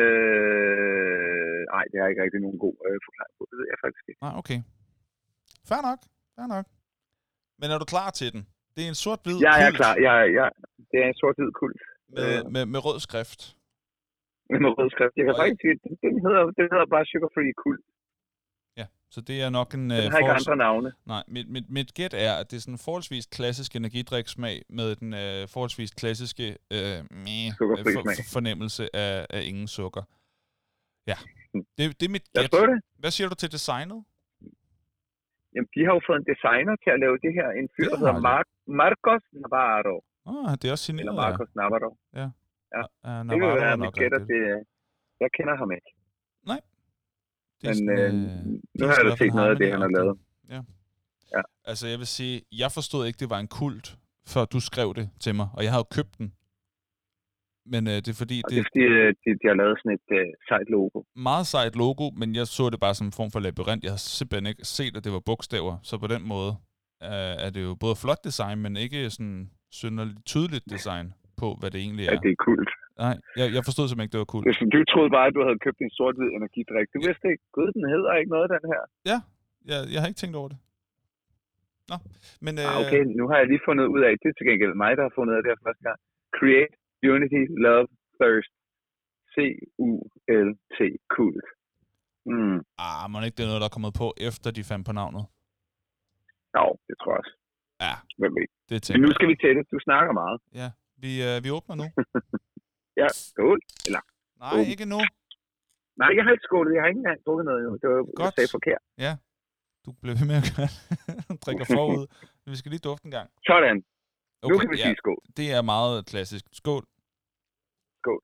S2: nej, det har ikke rigtig nogen god forklaring på. Det ved jeg faktisk ikke.
S1: Nej, okay. Fair nok. Men er du klar til den? Det er en sort-hvid
S2: kult. Ja, jeg er klar. Det er en sort-hvid kult.
S1: Med rød skrift.
S2: Med rød skrift. Jeg kan faktisk sige, den hedder bare Sugar Free Kult.
S1: Ja, så det er nok en...
S2: Den har ikke andre navne.
S1: Nej, mit gæt er, at det er sådan en forholdsvis klassisk energidriksmag med den forholdsvis klassiske fornemmelse af ingen sukker. Ja, det er mit gæt. Hvad siger du til designet?
S2: Jamen, de har jo fået en designer til at lave det her. En fyr, der hedder Marcos Navarro.
S1: Det er også signeret.
S2: Eller Marcos Navarro.
S1: Ja.
S2: Ja. Det vil
S1: Navarro
S2: være
S1: er
S2: mit
S1: nok
S2: gæt, at
S1: rigtigt.
S2: jeg kender ham ikke.
S1: Nej. Det
S2: Men
S1: er sådan,
S2: nu har jeg da set noget af det, han har lavet.
S1: Ja.
S2: Ja.
S1: Altså, jeg vil sige, jeg forstod ikke, det var en kult, før du skrev det til mig, og jeg havde jo købt den. Men det er fordi...
S2: Det er fordi, de har lavet sådan et sejt logo.
S1: Meget sejt logo, men jeg så det bare som en form for labyrint. Jeg har simpelthen ikke set, at det var bogstaver. Så på den måde er det jo både flot design, men ikke sådan synderligt tydeligt design på, hvad det egentlig er.
S2: Ja, det er kult.
S1: Nej, jeg forstod simpelthen ikke, det var kult.
S2: Du troede bare, at du havde købt en sort-hvid energidrik. Du vidste ikke, gud, den hedder ikke noget, den her.
S1: Ja, jeg har ikke tænkt over det. Nå, men...
S2: Okay, nu har jeg lige fundet ud af, det er til gengæld mig, der har fundet ud af det her første gang. Create, Unity, Love, Thirst. C-U-L-T, kult.
S1: Må ikke det er noget, der er kommet på, efter de fandt på navnet?
S2: Jo, det tror jeg også.
S1: Ja,
S2: hvem ved.
S1: Det
S2: men nu skal vi til det. Du snakker meget.
S1: Ja, vi åbner nu.
S2: Ja, skål. Eller?
S1: Nej, ikke nu.
S2: Nej, jeg har ikke skålet. Jeg har ikke engang drukket noget. Det var godt. Jeg forkert.
S1: Ja, du blev ved med at gøre drikker forud. Vi skal lige dufte en gang.
S2: Sådan.
S1: Okay,
S2: nu kan vi sige skål.
S1: Det er meget klassisk. Skål.
S2: Skål.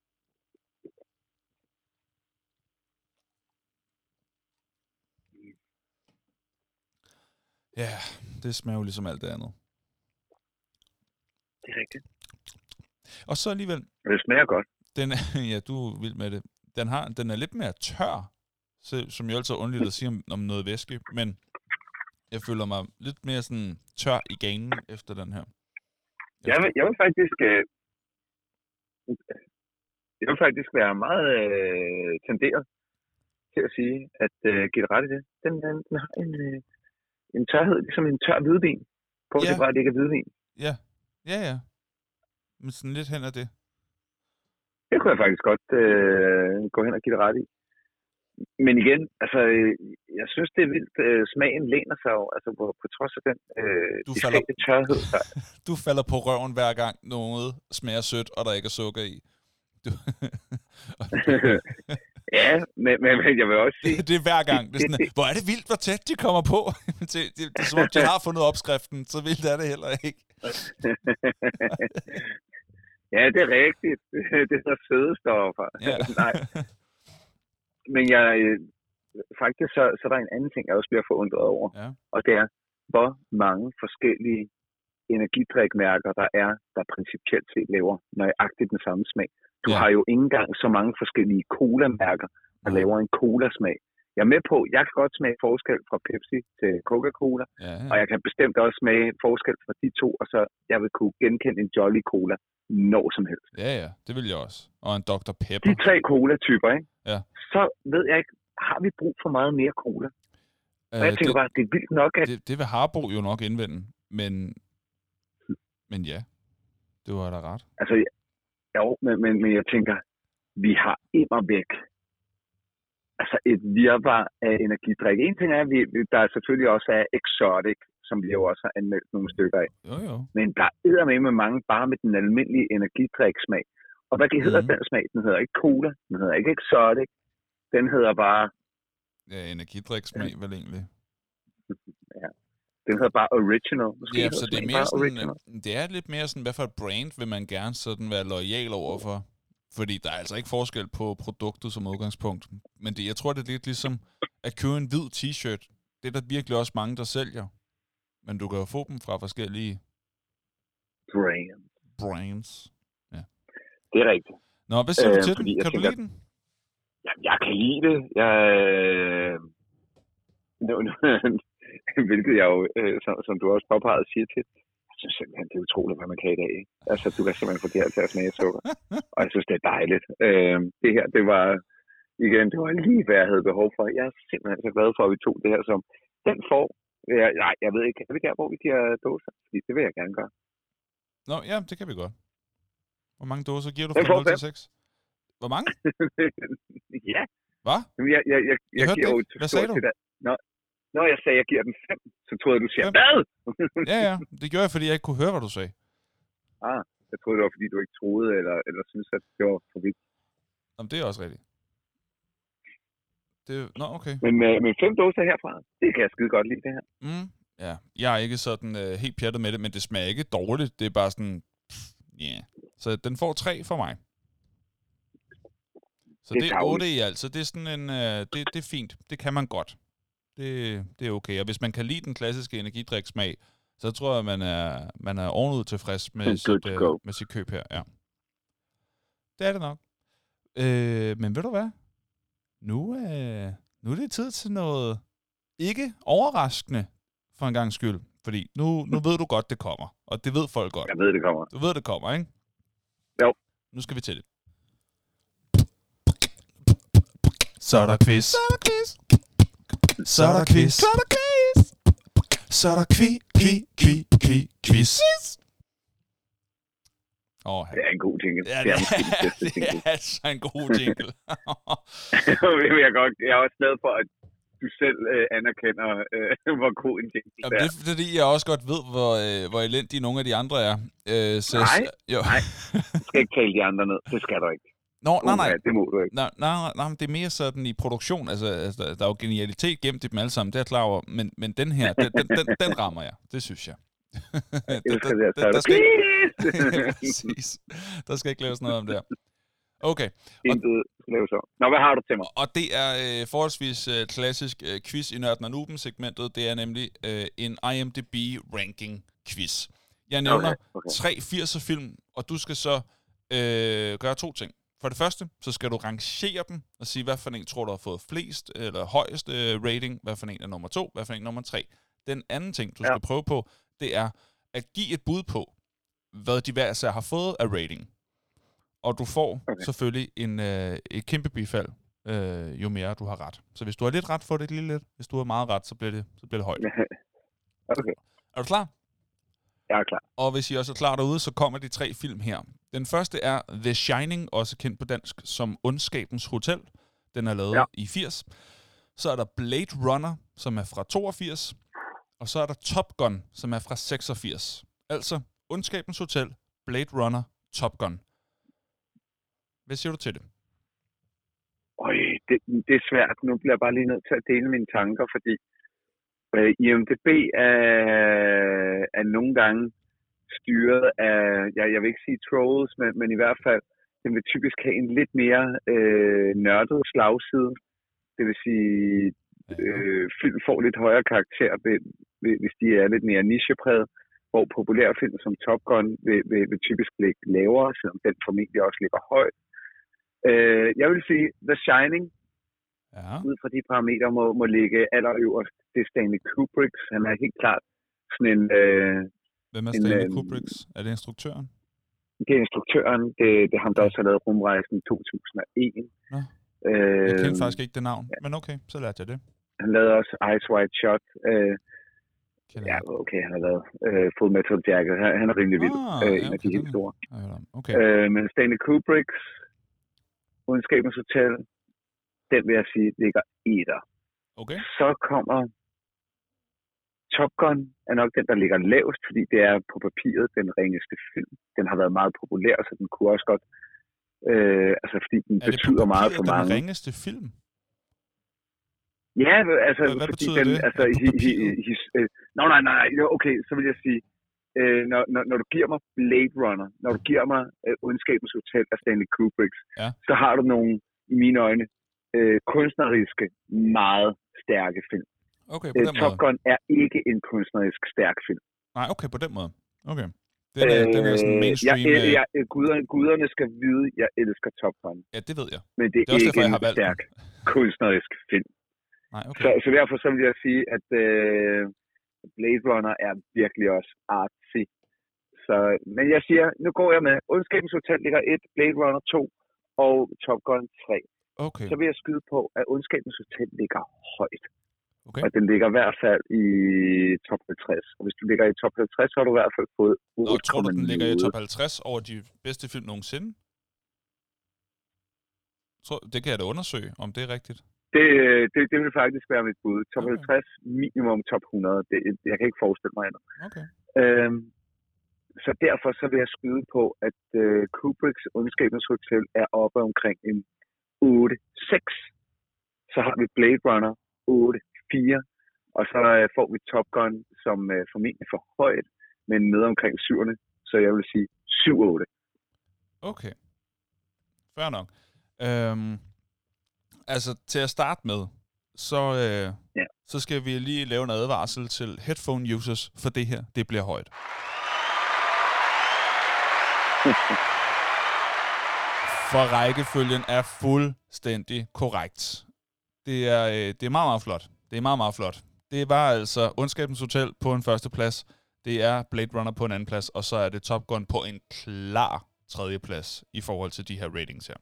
S1: Ja, det smager jo ligesom alt det andet.
S2: Det er rigtigt.
S1: Og så alligevel...
S2: Det smager godt.
S1: Den, ja, du er vild med det. Den er lidt mere tør, som jo altid er underligt at sige om noget væske, men jeg føler mig lidt mere sådan tør i ganen efter den her.
S2: Jeg vil faktisk være meget tenderet til at sige, at give det ret i det. Den har en tørhed, ligesom en tør hvidvin. På det bare, det ikke er hvidvin.
S1: Ja. Men sådan lidt hen ad det.
S2: Det kunne jeg faktisk godt gå hen og give det ret i. Men igen, altså, jeg synes, det er vildt. Smagen læner sig jo, altså på trods af den tørhed.
S1: Du falder på røven hver gang noget smager sødt, og der ikke er sukker i.
S2: Ja, men jeg vil også sige...
S1: Det er hver gang. Det er sådan, hvor er det vildt, hvor tæt de kommer på. det er som om, de har fundet opskriften, så vildt er det heller ikke.
S2: Ja, det er rigtigt. Det er så sødestoffer.
S1: Ja.
S2: Nej. Men faktisk så er der en anden ting, jeg også bliver forundret over.
S1: Ja.
S2: Og det er, hvor mange forskellige energidrikmærker der principielt set laver nøjagtigt den samme smag. Du har jo ikke engang så mange forskellige cola-mærker, der laver en cola-smag. Jeg er med på, jeg kan godt smage forskel fra Pepsi til Coca-Cola, og jeg kan bestemt også smage forskel fra de to, og så jeg vil kunne genkende en Jolly Cola når som helst.
S1: Ja, det vil jeg også. Og en Dr. Pepper.
S2: De 3 cola-typer, ikke?
S1: Ja.
S2: Så ved jeg ikke, har vi brug for meget mere cola? Og jeg tænker bare, det er vildt nok, at...
S1: Det vil Harbo jo nok indvende, men ja, det var da ret.
S2: Altså, jo, men jeg tænker, vi har immervæk altså et virvar af energidrik. En ting er, at der selvfølgelig også er exotic, som vi jo også har anmeldt nogle stykker af.
S1: Jo.
S2: Men der er med mange bare med den almindelige energidriksmag. Og hvad hedder den smag? Den hedder ikke cola, den hedder ikke exotic, den hedder bare...
S1: Ja, energidriksmag vel egentlig.
S2: Ja. Den hedder bare original.
S1: Måske så det er mere sådan, det er lidt mere sådan, hvad for et brand vil man gerne sådan være loyal overfor? Fordi der er altså ikke forskel på produktet som udgangspunkt. Men jeg tror, det er lidt ligesom at købe en hvid t-shirt. Det er der virkelig også mange, der sælger. Men du kan jo få dem fra forskellige brands. Ja.
S2: Det er rigtigt.
S1: Nå, hvad siger du til den? Kan du lide den?
S2: Jeg kan lide det. Hvilket jeg jo, som du også påpegede, siger til. Jeg synes simpelthen, det er utroligt, hvad man kan i dag. Altså, du kan simpelthen få det her til at smage sukker. Og jeg synes, det er dejligt. Det her, det var lige, hvad jeg havde behov for. Jeg er simpelthen så glad for, at vi tog det her som den får. Nej, jeg ved ikke, kan vi der, hvor vi giver dåser? Fordi det vil jeg gerne gøre.
S1: Nå, ja, det kan vi godt. Hvor mange dåser giver du fra 0 til 6? Hvor mange?
S2: Ja.
S1: Hvad?
S2: Jeg giver jo
S1: hvad sagde du?
S2: Når jeg sagde, at jeg giver den 5, så troede jeg, du siger, hvad?
S1: Ja, det gjorde jeg, fordi jeg ikke kunne høre, hvad du sagde.
S2: Jeg troede, det var, fordi du ikke troede, eller synes, at det var for vidt.
S1: Jamen, det er også rigtigt. Nå, okay.
S2: Men 5 dåser herfra, det kan jeg skide godt lide, det her.
S1: Ja, jeg er ikke sådan helt pjattet med det, men det smager ikke dårligt. Det er bare sådan, Så den får 3 for mig. Så det er 8 i alt, så det er sådan en, det er fint. Det kan man godt. Det er okay. Og hvis man kan lide den klassiske energidriksmag, så tror jeg, man er ovenud tilfreds med sit køb her. Ja. Det er det nok. Men ved du hvad? Nu er det tid til noget ikke overraskende for en gang skyld. Fordi nu ved du godt, det kommer. Og det ved folk godt.
S2: Jeg ved, det kommer.
S1: Du ved, det kommer, ikke?
S2: Jo.
S1: Nu skal vi til det. Så er der quiz. Så er der quiz. Så er der quiz. Så er der quiz. Så er der quiz.
S2: Det er en god jingle.
S1: Ja, det er altså en god jingle.
S2: Jeg er også glad for, at du selv anerkender, hvor god en jingle det er.
S1: Det er fordi, jeg også godt ved, hvor elendige nogle af de andre er.
S2: Nej, du skal ikke tale de andre ned. Det skal du ikke.
S1: Nej.
S2: Det må du ikke.
S1: Nej, det er mere sådan i produktion. Altså, der er jo genialitet gemt i dem alle sammen, det er jeg klar over. Men den her, den rammer jeg. Det synes jeg. Der skal ikke laves noget om det. Okay.
S2: Nå, hvad har du til mig?
S1: Og det er forholdsvis klassisk quiz i Nørden og Nuben-segmentet. Det er nemlig en IMDb-ranking-quiz. Jeg nævner 3 80'er-film, og du skal så gøre 2 ting. For det første, så skal du rangere dem og sige, hvad for en tror du har fået flest eller højest rating, hvad for en er nummer 2, hvad for en er nummer 3. Den anden ting, du skal prøve på, det er at give et bud på, hvad de hver især har fået af rating. Og du får selvfølgelig et kæmpe bifald, jo mere du har ret. Så hvis du har lidt ret, får det lige lidt. Hvis du har meget ret, så bliver det højt.
S2: Okay.
S1: Er du klar?
S2: Jeg er klar.
S1: Og hvis I også er klar derude, så kommer de 3 film her. Den første er The Shining, også kendt på dansk som Ondskabens Hotel. Den er lavet i 80. Så er der Blade Runner, som er fra 82. Og så er der Top Gun, som er fra 86. Altså Ondskabens Hotel, Blade Runner, Top Gun. Hvad siger du til det?
S2: Det er svært. Nu bliver jeg bare lige nødt til at dele mine tanker, fordi IMDb er nogle gange styret af, jeg vil ikke sige trolls, men i hvert fald, den vil typisk have en lidt mere nørdet slagside. Det vil sige, film får lidt højere karakter, hvis de er lidt mere nichepræget, hvor populære film som Top Gun vil typisk ligge lavere, selvom den formentlig også ligger højt. Jeg vil sige, The Shining, ud fra de parametre, må ligge allerøverst. Det er Stanley Kubrick. Han er helt klart sådan en...
S1: Hvem er Stanley Kubrick? Er det instruktøren?
S2: Det er instruktøren. Det er ham, der også har lavet Rumrejsen 2001.
S1: Nå. Jeg kendte faktisk ikke det navn, men okay, så lærte jeg det.
S2: Han lavede også Eyes Wide Shut. Han har lavet Full Metal Jacket. Han er rimelig vild. En af de helt store.
S1: Okay.
S2: Men Stanley Kubricks Ondskabens Hotel, den vil jeg sige, ligger etter.
S1: Okay.
S2: Så kommer Top Gun, er nok den, der ligger lavest, fordi det er på papiret den ringeste film. Den har været meget populær, så den kunne også godt, fordi den betyder meget for mange.
S1: Er det den ringeste film?
S2: Ja, altså,
S1: hvad
S2: fordi
S1: betyder
S2: den,
S1: det?
S2: altså, nej, okay, så vil jeg sige, når du giver mig Blade Runner, når du giver mig Ondskabens Hotel af Stanley Kubrick, så har du nogle, i mine øjne, kunstneriske, meget stærke film.
S1: Okay, på den
S2: Top Gun er ikke en kunstnerisk stærk film.
S1: Nej, okay, på den måde. Okay. Den er sådan mainstream...
S2: Guderne skal vide, at jeg elsker Top Gun.
S1: Ja, det ved jeg.
S2: Men det er ikke en stærk kunstnerisk film.
S1: Nej, okay.
S2: Så derfor så vil jeg sige, at Blade Runner er virkelig også artsy. Men jeg siger, nu går jeg med Ondskabens Hotel ligger 1, Blade Runner 2 og Top Gun 3.
S1: Okay.
S2: Så vil jeg skyde på, at Ondskabens Hotel ligger højt.
S1: Okay.
S2: Og den ligger i hvert fald i top 50. Og hvis du ligger i top 50, så har du i hvert fald fået 8,0.
S1: Og tror du, den ligger i top 50 over de bedste film nogensinde? Det kan jeg da undersøge, om det er rigtigt.
S2: Det vil faktisk være mit bud. Top 50, minimum top 100. Jeg kan ikke forestille mig andet.
S1: Okay.
S2: Så derfor så vil jeg skyde på, at Kubricks Ondskabens Hotel er oppe omkring en 8,6. Så har vi Blade Runner 8,4. Og så får vi Top Gun, som formentlig for højt, men med omkring 7'erne. Så jeg vil sige 7,8.
S1: Okay. Fair nok. Altså, til at starte med, så skal vi lige lave en advarsel til headphone users, for det her, det bliver højt. For rækkefølgen er fuldstændig korrekt. Det er meget, meget flot. Det er meget, meget flot. Det var altså Ondskabens Hotel på en førsteplads. Det er Blade Runner på en anden plads, og så er det Top Gun på en klar tredjeplads i forhold til de her ratings her.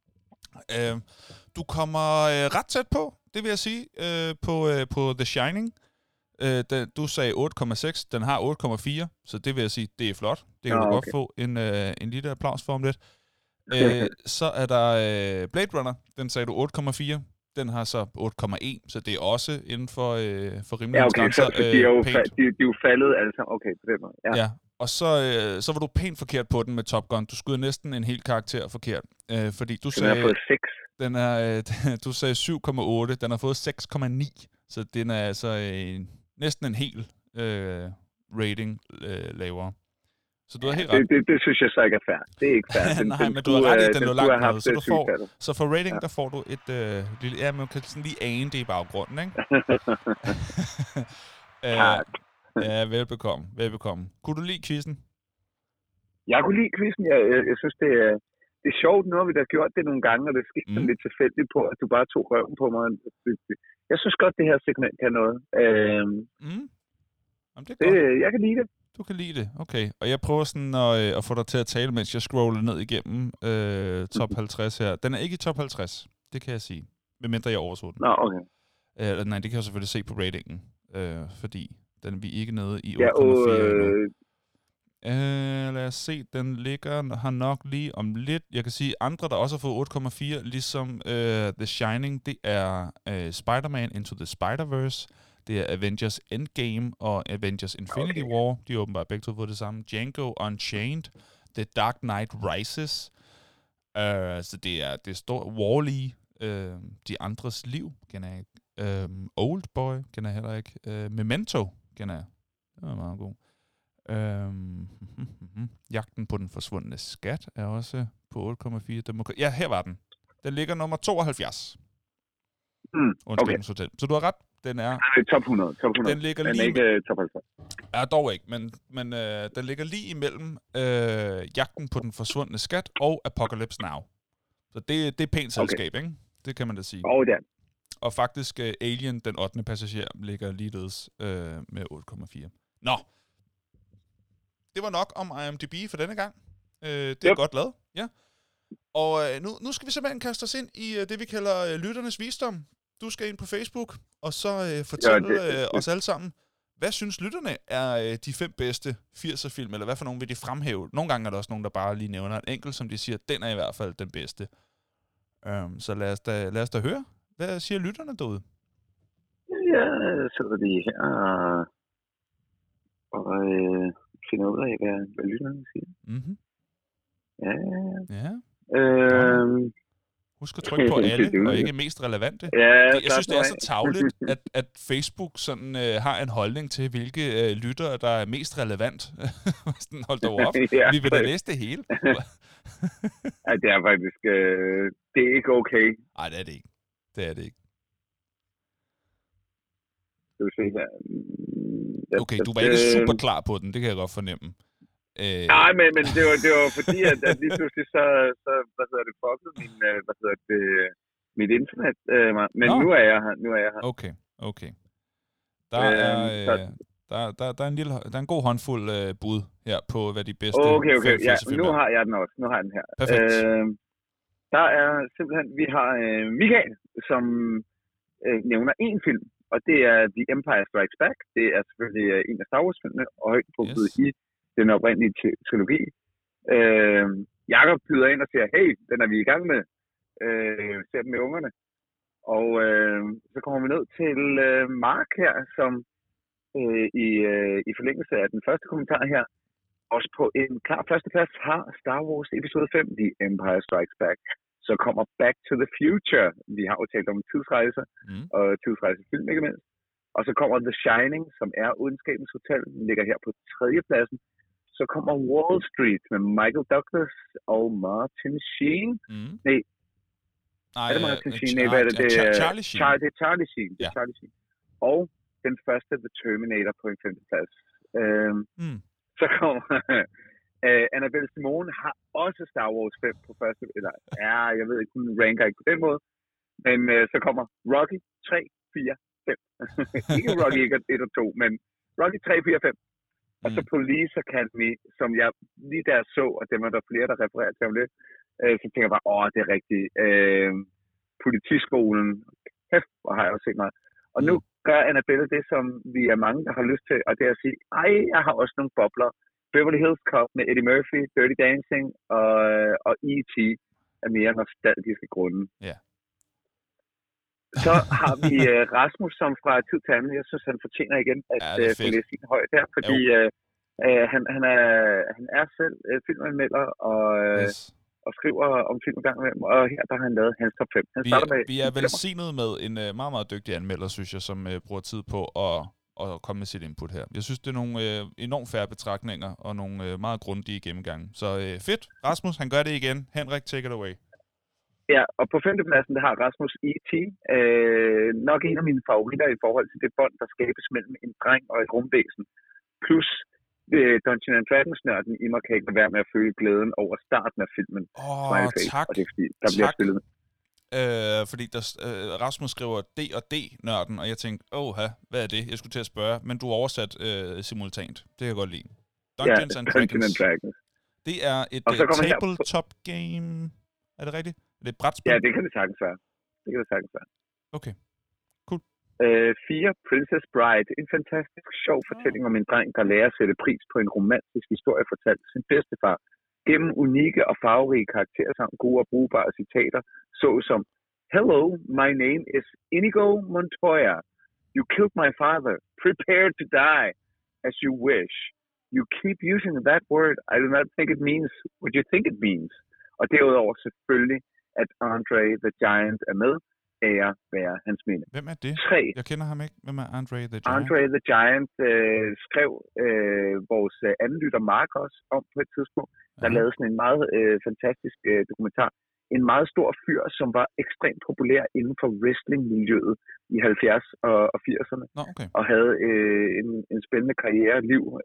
S1: Du kommer ret tæt på, det vil jeg sige, på The Shining. Du sagde 8,6, den har 8,4, så det vil jeg sige, det er flot. Det kan du godt få en lille applaus for om lidt. Så er der Blade Runner, den sagde du 8,4. Den har så 8,1, så det er også inden for rimelige grænser.
S2: Så de er jo faldet altså. Okay, på den måde.
S1: Ja, og så var du pænt forkert på den med Top Gun. Du skød næsten en hel karakter forkert, fordi du sagde...
S2: Den har fået
S1: 6. Du sagde 7,8, den har fået 6,9, så den er altså næsten en hel rating lavere. Så du er helt ret.
S2: Det synes jeg så ikke er fair. Det er ikke fair.
S1: Nej, men du har ret i, den lå langt nede. Så for rating, der får du et lille... Ja, man kan sådan lige ane det i baggrunden, ikke? Ja, velbekomme. Kunne du lide quizzen?
S2: Jeg kunne lide quizzen. Jeg synes, det er sjovt. Nu har vi da gjort det nogle gange, og det skete lidt tilfældigt på, at du bare tog røven på mig. Jeg synes godt, det her segment kan noget.
S1: Jamen, det er godt.
S2: Jeg kan lide det.
S1: Du kan lide det, okay. Og jeg prøver sådan at få dig til at tale, mens jeg scroller ned igennem top 50 her. Den er ikke i top 50, det kan jeg sige. Medmindre jeg overså den.
S2: Nå, okay.
S1: Nej, det kan jeg selvfølgelig se på ratingen, fordi den er vi ikke nede i 8,4 endnu. Lad os se, den ligger her nok lige om lidt. Jeg kan sige, andre, der også har fået 8,4, ligesom The Shining, det er Spider-Man Into the Spider-Verse. Det er Avengers Endgame og Avengers Infinity War. De har åbenbart begge to fået det samme. Django Unchained. The Dark Knight Rises. Så det er stort. Wall-E. De andres liv, kender jeg ikke. Oldboy, kender jeg heller ikke. Memento, kender jeg. Det var meget god. Jagten på den forsvundne skat er også på 8,4. Ja, her var den. Den ligger nummer 72. Ondskabens Hotel. Så du har ret. Den er
S2: top 100.
S1: Den ligger
S2: den
S1: lige
S2: er ikke top 50.
S1: Ja, dog ikke, men den ligger lige imellem Jagten på den forsvundne skat og Apocalypse Now. Så det er pænt selskab, ikke? Det kan man da sige.
S2: Ja.
S1: Og faktisk Alien, den 8. passager, ligger ligeledes med 8,4. Nå. Det var nok om IMDb for denne gang. Det er godt lavet, ja. Og nu skal vi simpelthen kaste os ind i det, vi kalder lytternes visdom. Du skal ind på Facebook, og så fortælle os alle sammen, hvad synes lytterne er de 5 bedste 80'er-film, eller hvad for nogle vil de fremhæve? Nogle gange er der også nogen, der bare lige nævner en enkelt, som de siger, den er i hvert fald den bedste. Så lad os da høre. Hvad siger lytterne derude?
S2: Ja, så er de her og finder ud af, hvad lytterne siger.
S1: Mm-hmm.
S2: Ja.
S1: Husk at trykke på alle, og ikke mest relevante.
S2: Ja,
S1: jeg synes, det er så tarveligt, at Facebook sådan, har en holdning til, hvilke lyttere, der er mest relevant. Sådan, hold dog op. Vi vil da læse det hele.
S2: Ja, det er faktisk... det er ikke okay.
S1: Nej, det er det ikke. Det er det ikke.
S2: Skal vi se her.
S1: Okay, du var ikke super klar på den. Det kan jeg godt fornemme.
S2: Nej, men det var fordi, at lige pludselig så fuckede mit internet. Men nu er jeg her.
S1: Okay. Der er en god håndfuld bud her på, hvad de bedste...
S2: Okay. Ja, nu har jeg den også. Nu har jeg den her.
S1: Perfekt.
S2: Der er simpelthen... Vi har Michael, som nævner en film, og det er The Empire Strikes Back. Det er selvfølgelig en af Star Wars-filmene, og højdepunktet i den oprindelige trilogi. Jakob byder ind og siger, hey, den er vi i gang med. Ser den med ungerne. Og så kommer vi ned til Mark her, som i forlængelse af den første kommentar her, også på en klar førsteplads har Star Wars episode 5, The Empire Strikes Back. Så kommer Back to the Future. Vi har jo talt om tidsrejser, og tidsrejsefilm ikke mindst. Og så kommer The Shining, som er Ondskabens Hotel. Den ligger her på 3. pladsen. så kommer Wall Street med Michael Douglas og Martin Sheen. Nej, er det Martin Sheen? Nej, hvad er det?
S1: Charlie Sheen.
S2: Det er Charlie Sheen. Det er Charlie Sheen. Og den første The Terminator på en 5. plads. Så kommer Annabelle Simone har også Star Wars 5 på første. Eller jeg ved ikke, hun ranker ikke på den måde. Men så kommer Rocky 3, 4, 5. Ikke Rocky 1 og 2, men Rocky 3, 4, 5. Og så Police Academy, som jeg lige der så, og dem er der flere, der refererer til om lidt, så tænker jeg bare, det er rigtigt. Politiskolen, hvor har jeg også set meget. Og nu gør Annabelle det, som vi er mange, der har lyst til, og det er at sige, jeg har også nogle bobler. Beverly Hills Cop med Eddie Murphy, Dirty Dancing og E.T. er mere nostalgiske grunde.
S1: Yeah.
S2: Så har vi Rasmus, som fra tid til anden, jeg synes, han fortjener igen at få læst sin højt her, fordi han er selv filmanmelder og skriver om film en gang imellem, og her der har han lavet hans top 5.
S1: Vi er velsignet med en meget, meget dygtig anmelder, synes jeg, som bruger tid på at komme med sit input her. Jeg synes, det er nogle enormt færre betragtninger og nogle meget grundige gennemgange. Så fedt. Rasmus, han gør det igen. Henrik, take it away.
S2: Ja, og på 5. pladsen, der har Rasmus E.T. Nok en af mine favoritter i forhold til det bånd, der skabes mellem en dreng og et rumvæsen. Plus Dungeons and Dragons-nørden i mig kan ikke være med at føle glæden over starten af filmen.
S1: Tak.
S2: Og det er fordi, der bliver spillet.
S1: Fordi Rasmus skriver D&D-nørden, og jeg tænkte, hvad er det? Jeg skulle til at spørge, men du har oversat simultant. Det kan jeg godt lide. Dungeons and Dragons. Det er et tabletop game. Er det rigtigt? Er det et brætspil?
S2: Ja, det kan det sagtens være.
S1: Okay. Cool.
S2: 4. Princess Bride. En fantastisk sjov fortælling om en dreng, der lærer at sætte pris på en romantisk historie fortalt af sin bedstefar. Gennem unikke og farverige karakterer samt gode og brugbare citater, såsom Hello, my name is Inigo Montoya. You killed my father. Prepare to die as you wish. You keep using that word. I do not think it means what you think it means. Og derudover selvfølgelig, at Andre the Giant er med, ære være hans minde.
S1: Hvem er det?
S2: 3.
S1: Jeg kender ham ikke. Hvem er Andre the Giant?
S2: Andre the Giant skrev vores anden lytter Mark også om på et tidspunkt. Der lavede sådan en meget fantastisk dokumentar. En meget stor fyr, som var ekstremt populær inden for wrestling-miljøet i 70 og 80'erne. Og havde en spændende karriere og liv.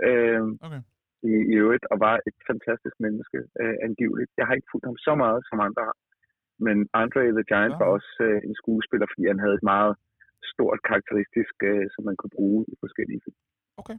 S2: I øvrigt, og var et fantastisk menneske, angiveligt. Jeg har ikke fulgt ham så meget, som andre har. Men Andre the Giant var også en skuespiller, fordi han havde et meget stort karakteristisk, som man kunne bruge i forskellige film.
S1: Okay.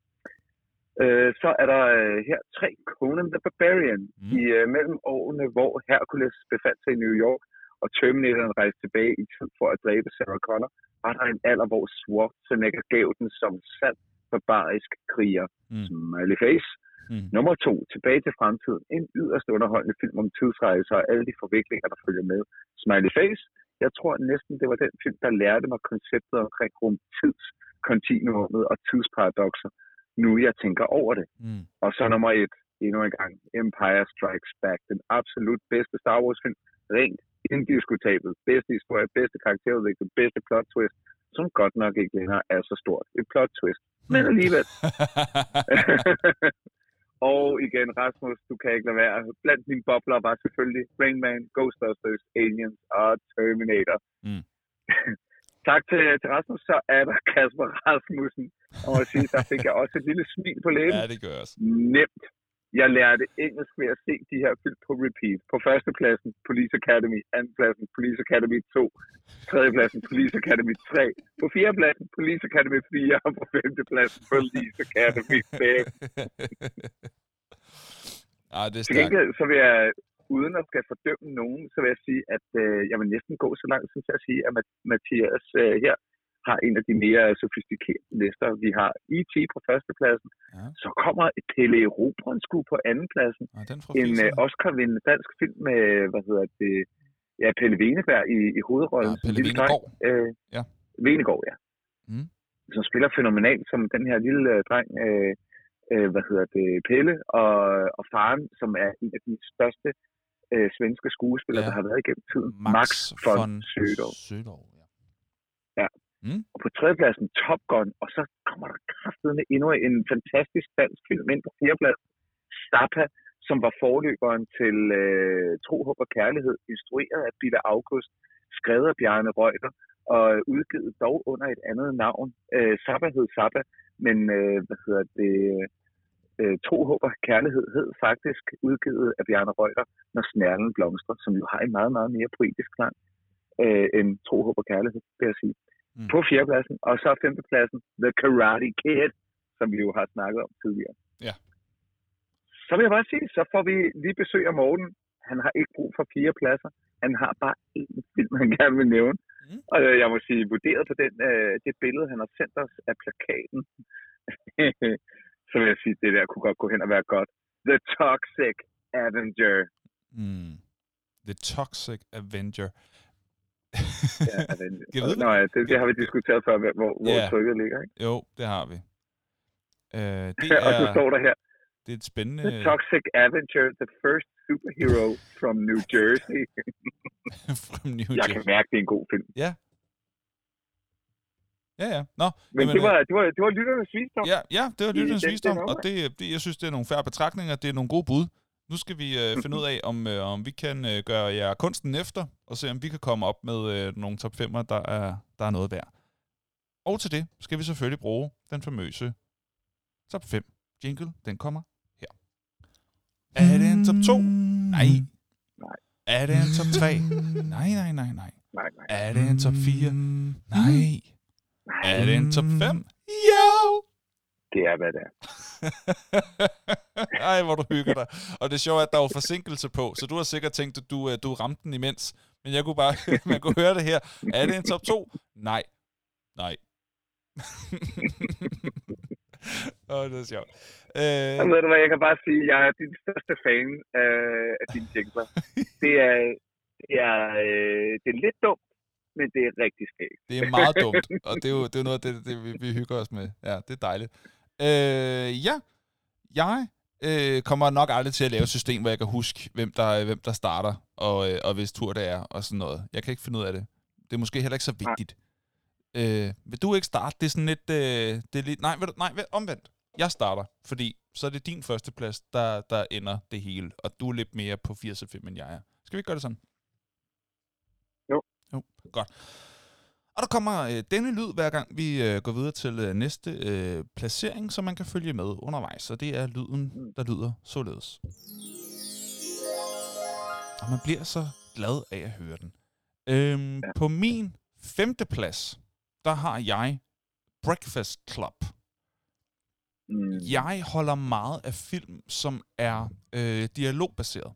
S2: Så er der her 3 Conan the Barbarian. I mellem årene, hvor Hercules befandt sig i New York, og Terminatoren rejste tilbage i tid for at dræbe Sarah Connor, var der en alder, hvor Schwarzenegger gav den som sand barbarisk kriger. Smiley face. Nummer 2, Tilbage til fremtiden. En yderst underholdende film om tidsrejser og alle de forviklinger, der følger med. Smiley face. Jeg tror næsten, det var den film, der lærte mig konceptet omkring rumtidskontinuumet og tidsparadoxer. Nu jeg tænker over det. Og så nummer 1, endnu en gang, Empire Strikes Back. Den absolut bedste Star Wars film. Rent indiskutabelt. Bedste historie, bedste karakterudvikling, bedste plot twist, som godt nok ikke længere er så stort. Et plot twist. Men alligevel. Og igen, Rasmus, du kan ikke lade være. Blandt mine bobler var selvfølgelig Rain Man, Ghostbusters, Aliens og Terminator. Tak til Rasmus. Så er der Kasper Rasmussen. Og at sige, der fik jeg også et lille smil på læben.
S1: Ja, det gør jeg også.
S2: Nemt. Jeg lærte engelsk ved at se de her film på repeat. På 1. pladsen, Police Academy. 2. pladsen, Police Academy 2. 3. pladsen, Police Academy 3. På 4. pladsen, Police Academy 4. Og på 5. pladsen, Police Academy 5.
S1: Det er
S2: til gengæld, så vil jeg, uden at skal fordømme nogen, så vil jeg sige, at jeg vil næsten gå så langt som til at sige, at Mathias her har en af de mere sofistikerede lister. Vi har E.T. på 1. pladsen. Så kommer Pelle Erobreren sgu på 2. pladsen. En Oscar-vindende dansk film med, Pelle Veneberg i hovedrollen.
S1: Pelle Venegård.
S2: Venegård, ja. Som spiller fænomenalt som den her lille dreng, Pelle, og faren, som er en af de største svenske skuespillere, der har været igennem tiden. Max von Sydow. Ja. Og på 3. pladsen Top Gun, og så kommer der kraftedeme endnu en fantastisk dansk film ind på 4. pladsen. Zappa, som var forløberen til Tro, Håb og Kærlighed, instrueret af Bille August, skrevet af Bjarne Reuter, og udgivet dog under et andet navn. Zappa hed Zappa, men Tro, Håb og Kærlighed hed faktisk udgivet af Bjarne Reuter, Når Snærlen Blomstrer, som jo har en meget, meget mere poetisk klang end Tro, Håb og Kærlighed, vil jeg sige. På 4. pladsen, og så 5. pladsen, The Karate Kid, som vi jo har snakket om tidligere.
S1: Ja.
S2: Så vil jeg bare sige, så får vi lige besøg af Morten. Han har ikke brug for 4 pladser. Han har bare én film, han gerne vil nævne. Og jeg må sige, vurderet på det billede, han har sendt os af plakaten, så vil jeg sige, det der kunne godt gå hen og være godt. The Toxic Avenger.
S1: The Toxic Avenger.
S2: Ja, Avenger. Nå, ja, det har vi diskuteret før, hvor trykket ligger, ikke?
S1: Jo, det har vi.
S2: Og så står der her.
S1: Det er et spændende...
S2: The Toxic Avenger, the first superhero from New Jersey.
S1: From New
S2: Jersey. Jeg kan mærke, det er en god film.
S1: Ja. Ja. Nå,
S2: men det var lytternes visdom.
S1: Ja, det var lytternes visdom, og det, jeg synes, det er nogle fair betragtninger, det er nogle gode bud. Nu skal vi finde ud af, om vi kan gøre jer kunsten efter, og se, om vi kan komme op med nogle top 5'er, der er noget værd. Og til det skal vi selvfølgelig bruge den famøse top 5 jingle. Den kommer her. Er det en top 2? Nej. Er det en top 3? Nej. Er det en top 4? Nej. Er det en top 5? Jo!
S2: Det er, hvad det er.
S1: Ej, hvor du hygger dig. Og det sjove er, at der var forsinkelse på, så du har sikkert tænkt, at du ramte den imens. Men man kunne høre det her. Er det en top 2? Nej. Det er sjovt.
S2: Ved du hvad, jeg kan bare sige, at jeg er din største fan af dine jingler. Det er lidt dumt, men det er rigtig skægt.
S1: Det er meget dumt, og det er jo noget af det vi hygger os med. Ja, det er dejligt. Jeg kommer nok aldrig til at lave et system, hvor jeg kan huske, hvem der starter, og hvis tur det er, og sådan noget. Jeg kan ikke finde ud af det. Det er måske heller ikke så vigtigt. Vil du ikke starte? Det er sådan lidt... det er lidt omvendt. Jeg starter, fordi så er det din første plads, der ender det hele, og du er lidt mere på 80-5, end jeg er. Skal vi ikke gøre det sådan?
S2: Jo,
S1: godt. Og der kommer denne lyd, hver gang vi går videre til næste placering, så man kan følge med undervejs. Og det er lyden, der lyder således. Og man bliver så glad af at høre den. På min 5. plads, der har jeg Breakfast Club. Jeg holder meget af film, som er dialogbaseret.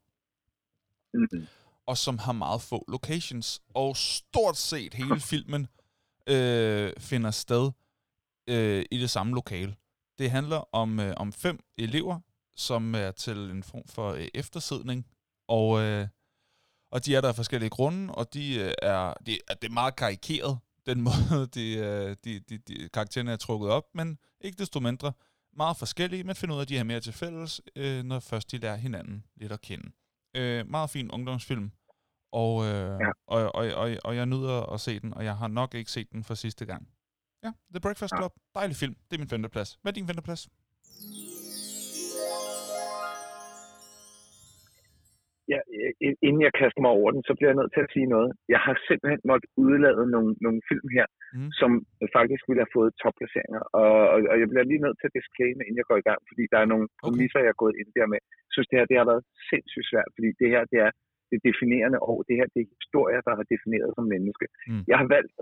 S1: Og som har meget få locations. Og stort set hele filmen finder sted i det samme lokale. Det handler om 5 elever, som er til en form for eftersidning. Og de er der af forskellige grunde, og det er meget karikeret, den måde, de karaktererne er trukket op, men ikke desto mindre meget forskellige, men finder ud af, at de har mere til fælles, når først de lærer hinanden lidt at kende. Meget fin ungdomsfilm, og jeg nyder at se den, og jeg har nok ikke set den for sidste gang. Ja, The Breakfast Club, dejlig film, det er min 5. plads. Hvad er din 5. plads?
S2: Ja, inden jeg kaster mig over den, så bliver jeg nødt til at sige noget. Jeg har simpelthen måttet udelade nogle film her, som faktisk ville have fået topplaceringer. Og jeg bliver lige nødt til at disclaime, inden jeg går i gang, fordi der er nogle præmisser, jeg har gået ind der med. Jeg synes, det her har været sindssygt svært, fordi det her, det er det definerende år. Det her, det er historier, der har defineret som menneske. Jeg har valgt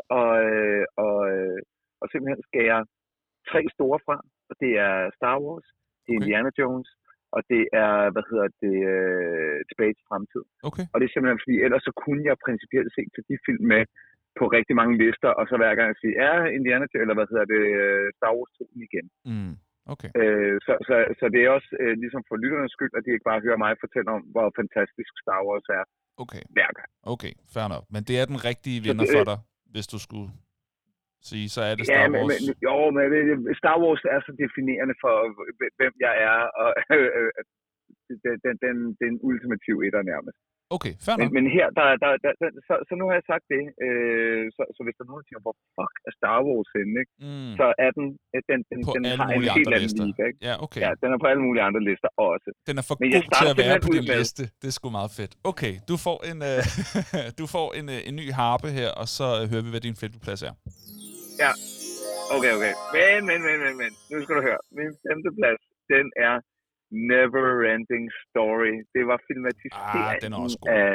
S2: at simpelthen skære 3 store fra, og det er Star Wars, det er Indiana Jones, og det er, tilbage til fremtid.
S1: Okay.
S2: Og det er simpelthen fordi, ellers så kunne jeg principielt se til de film med på rigtig mange lister, og så hver gang sige, Indiana Jones, eller Star Wars 2 igen.
S1: Okay.
S2: Så det er også ligesom for lytternes skyld, at de ikke bare hører mig fortælle om, hvor fantastisk Star Wars er hver gang.
S1: Okay, fair nok. Men det er den rigtige vinder for dig, hvis du skulle sige, så er det Star Wars.
S2: Men Star Wars er så definerende for, hvem jeg er, og den ultimative etter nærmest.
S1: Okay, fair nok.
S2: Men her, så nu har jeg sagt det, så hvis der er nogen, der tænker, hvor fuck er Star Wars henne, ikke? Så er den
S1: på
S2: den
S1: alle
S2: har en
S1: mulige
S2: helt
S1: andre
S2: anden
S1: lister.
S2: liga, ikke?
S1: Ja, okay.
S2: Ja, den er på alle mulige andre lister også.
S1: Den er for
S2: Men
S1: god til at være på din
S2: med
S1: liste. Det er sgu meget fedt. Okay, du får en ny harpe her, og så hører vi, hvad din femteplads er.
S2: Ja, okay. Men. Nu skal du høre. Min femteplads, den er Neverending Story. Det var filmatiseringen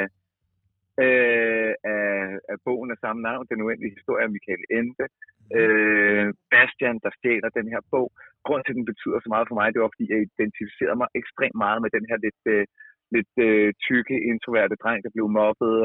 S2: af bogen af samme navn, Den uendelige historie af Michael Ende. Bastian, der stjæler den her bog. Grunden til, at den betyder så meget for mig, det var, fordi jeg identificerede mig ekstremt meget med den her lidt tykke, introverte dreng, der blev mobbet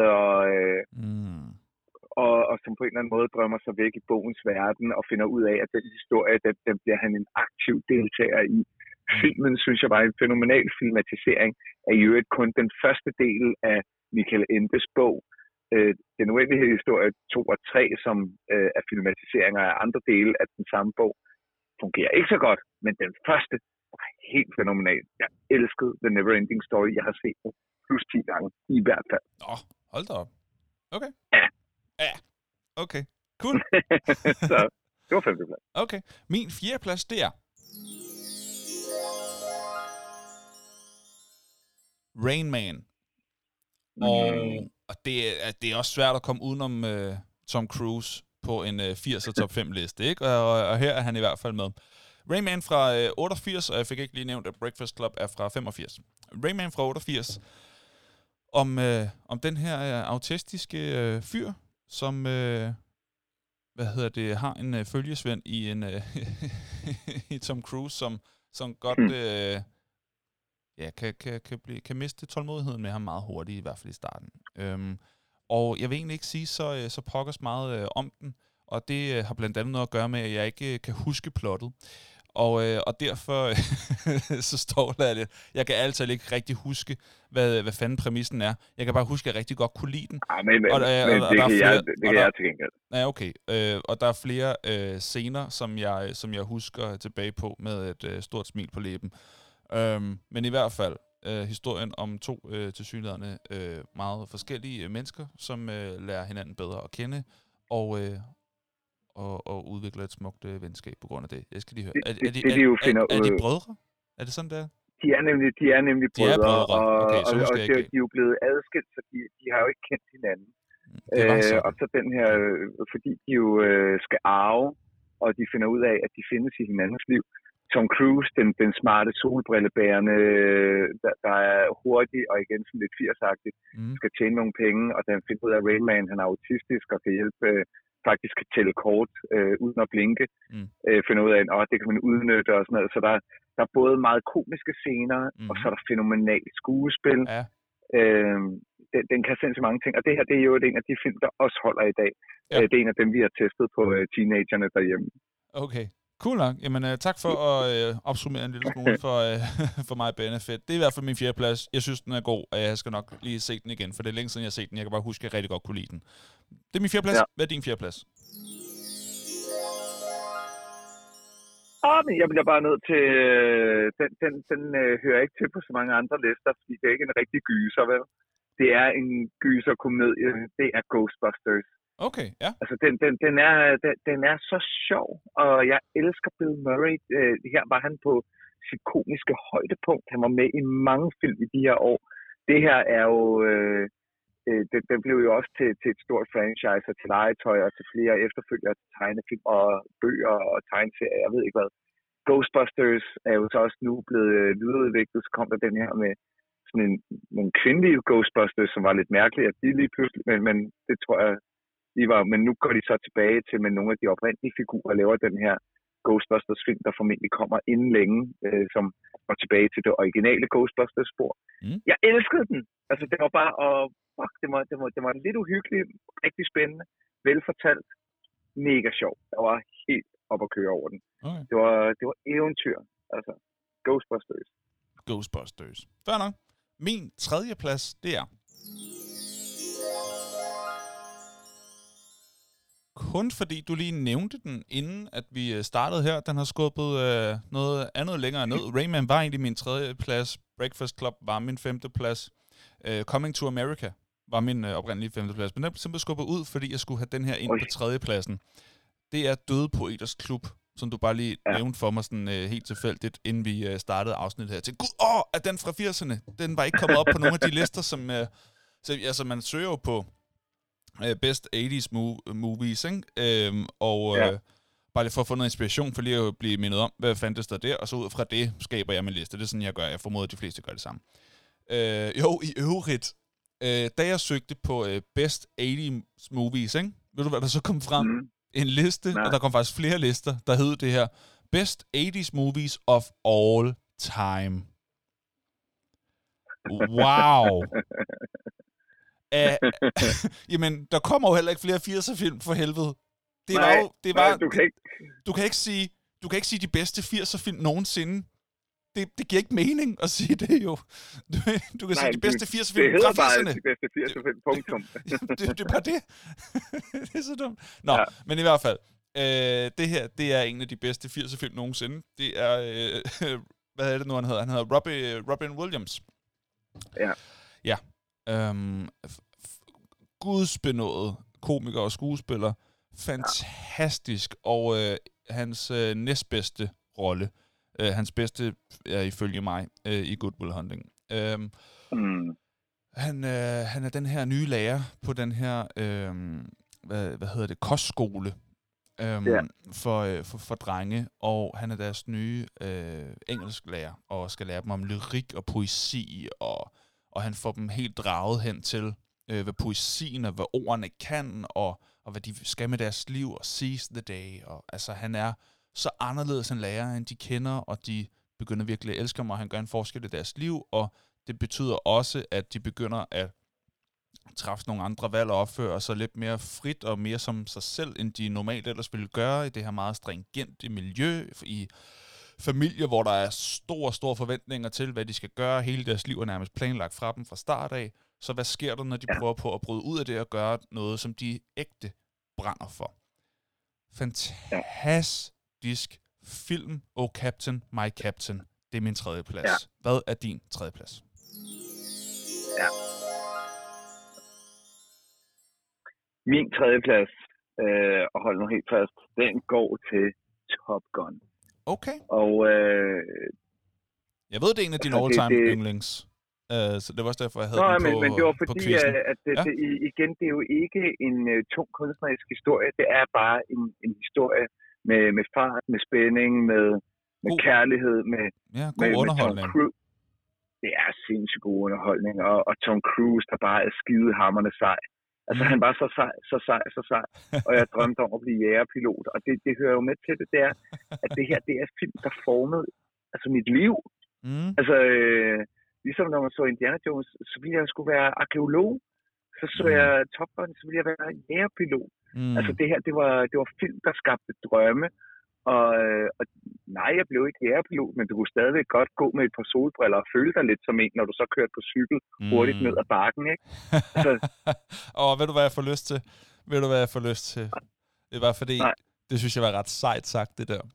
S2: og som på en eller anden måde drømmer sig væk i bogens verden og finder ud af, at den historie, den bliver han en aktiv deltager i. Filmen, synes jeg, var en fænomenal filmatisering af i øvrigt kun den første del af Michael Endes bog. Den uendelige historie 2 og 3, som er filmatiseringer af andre dele af den samme bog, fungerer ikke så godt, men den første var helt fænomenal. Jeg elskede The Neverending Story. Jeg har set den plus 10 gange, i hvert fald.
S1: Hold da op. Okay.
S2: Ja.
S1: Okay, cool.
S2: Så det var femteplads.
S1: Okay. Min fjerdeplads, det er Rain Man. Og det er også svært at komme udenom Tom Cruise på en 80'er top 5 liste, ikke? Og her er han i hvert fald med. Rain Man fra 88, og jeg fik ikke lige nævnt, at Breakfast Club er fra 85. Rain Man fra 88 om den her autistiske fyr, som har en følgesvend i en i Tom Cruise, som godt kan miste tålmodigheden med ham meget hurtigt, i hvert fald i starten. Og jeg vil egentlig ikke sige så pokkers meget om den, og det har blandt andet noget at gøre med, at jeg ikke kan huske plottet. Og derfor så står der lidt. Jeg kan altid ikke rigtig huske, hvad fanden præmissen er. Jeg kan bare huske, at jeg rigtig godt kunne lide den.
S2: Men det kan jeg til gengæld.
S1: Ja, okay. Og der er flere scener, som jeg husker tilbage på med et stort smil på læben. Men i hvert fald historien om to tilsyneladende meget forskellige mennesker, som lærer hinanden bedre at kende, og udvikler et smukt venskab på grund af det. Jeg skal lige høre. Er de brødre? Er det sådan, der?
S2: De er nemlig brødre.
S1: Okay, så
S2: og de er jo blevet adskilt, så de har jo ikke kendt hinanden. Og så den her, fordi de jo skal arve, og de finder ud af, at de findes i hinandens liv. Tom Cruise, den smarte solbrillebærende, der er hurtig og igen sådan lidt 80'agtig, skal tjene nogle penge, og den finder ud af, at Rain Man, han er autistisk og kan hjælpe, faktisk kan tælle kort uden at blinke, finder ud af, at det kan man udnytte og sådan noget. Så der er både meget komiske scener, og så er der fænomenalt skuespil. Ja. Den kan sindssygt mange ting, og det her, det er jo en af de film, der også holder i dag. Ja. Det er en af dem, vi har testet på teenagerne derhjemme.
S1: Okay. Cool nok. Jamen, tak for at opsummere en lille smule for mig, Benefit. Det er i hvert fald min fjerdeplads. Jeg synes, den er god, og jeg skal nok lige se den igen, for det er længe siden, jeg har set den. Jeg kan bare huske, at jeg rigtig godt kunne lide den. Det er min fjerdeplads. Ja. Hvad er din fjerdeplads?
S2: Men jeg bliver bare nødt til... Den hører ikke til på så mange andre lister, fordi det er ikke en rigtig gyser, vel? Det er en gyserkomedie. Det er Ghostbusters.
S1: Okay, ja.
S2: Altså, den er så sjov, og jeg elsker Bill Murray. Her var han på sit komiske højdepunkt. Han var med i mange film i de her år. Det her er jo... Den blev jo også til et stort franchise, og til legetøj, og til flere efterfølgere til tegnefilm og bøger og tegneserier, jeg ved ikke hvad. Ghostbusters er jo så også nu blevet videreudviklet, så kom der den her med sådan nogle kvindelige Ghostbusters, som var lidt mærkelige, at de lige pludselig, men det tror jeg, men nu går de så tilbage til med nogle af de oprindelige figurer, og laver den her Ghostbusters-film, der formentlig kommer inden længe, som går tilbage til det originale Ghostbusters-spor. Jeg elskede den! Altså, det var bare, det var lidt uhyggeligt, rigtig spændende, velfortalt, mega sjov. Jeg var helt op at køre over den. Okay. Det var eventyr, altså. Ghostbusters.
S1: Fair nok. Min tredje plads, det er... Kun fordi du lige nævnte den, inden at vi startede her. Den har skubbet noget andet længere ned. Rain Man var egentlig min tredje plads. Breakfast Club var min femte plads. Coming to America var min oprindelige 5. plads, men den blev simpelthen skubbet ud, fordi jeg skulle have den her ind på 3. pladsen. Det er Døde Poeters Klub, som du bare lige nævnte for mig sådan helt tilfældigt, inden vi startede afsnittet her. Til gud, er den fra 80'erne? Den var ikke kommet op på nogle af de lister, som altså man søger jo på Best 80's Movies, ikke? Bare lige for at få noget inspiration, for lige at blive mindet om, hvad fandtes der der, og så ud fra det skaber jeg min liste. Det er sådan, jeg gør. Jeg formoder, at de fleste gør det samme. I øvrigt, da jeg søgte på Best 80's Movies, ikke? Ved du, hvad der så kom frem? En liste, og der kom faktisk flere lister, der hed det her. Best 80's Movies of All Time. Wow. Jamen, der kommer jo heller ikke flere 80'er film for helvede. Du kan ikke sige de bedste 80'er film nogensinde. Det giver ikke mening at sige det jo. Du kan sige de bedste 80'er film.
S2: Det hedder bare de bedste 80'er film, punktum.
S1: det er bare det. Det er så dumt. Nå, men i hvert fald. Det her, det er en af de bedste 80'er film nogensinde. Det er, hvad er det nu, han hedder? Han hedder Robin Williams. Ja. Gudsbenået komiker og skuespiller. Fantastisk. Og hans næstbedste rolle. Hans bedste er ifølge mig i Good Will Hunting. Han er den her nye lærer på den her hvad hedder det, kostskole for drenge, og han er deres nye engelsklærer og skal lære dem om lyrik og poesi, og han får dem helt draget hen til hvad poesien og hvad ordene kan, og hvad de skal med deres liv, og seize the day. Og altså han er så anderledes en lærer, end de kender, og de begynder virkelig at elske ham, og han gør en forskel i deres liv, og det betyder også, at de begynder at træffe nogle andre valg og opføre sig lidt mere frit og mere som sig selv, end de normalt ellers ville gøre i det her meget stringente miljø, i familier, hvor der er store forventninger til, hvad de skal gøre. Hele deres liv er nærmest planlagt fra dem fra start af. Så hvad sker der, når de prøver på at bryde ud af det og gøre noget, som de ægte brænder for? Fantastisk film. Oh Captain, My Captain. Det er min 3. plads. Hvad er din 3. plads?
S2: Min 3. plads, og hold nu helt fast, den går til Top Gun.
S1: Okay.
S2: Og
S1: jeg ved, det er en af dine all-time yndlings. Så det var også derfor, jeg havde den på
S2: men det var fordi, at igen, det er jo ikke en tung kunstnerisk historie. Det er bare en historie med fart, med spænding, med kærlighed, med
S1: underholdning.
S2: Tom Cruise. Det er sindssygt god underholdning, og Tom Cruise, der bare er skidehamrende sej. Altså, han var så sej, og jeg drømte om at blive jægerpilot, og det hører jo med til det, det er, at det her, det er film, der formede altså mit liv. Altså, ligesom når man så Indiana Jones, så ville jeg skulle være arkeolog, så jeg Top Gun, så ville jeg være jægerpilot. Altså, det her, det var film, der skabte drømme, og nej, jeg blev ikke jægerpilot, men du kunne stadigvæk godt gå med et par solbriller og føle dig lidt som en, når du så kørte på cykel hurtigt ned ad bakken, ikke? Altså,
S1: ved du, hvad jeg får lyst til? Det er bare fordi, det synes jeg var ret sejt sagt, det der.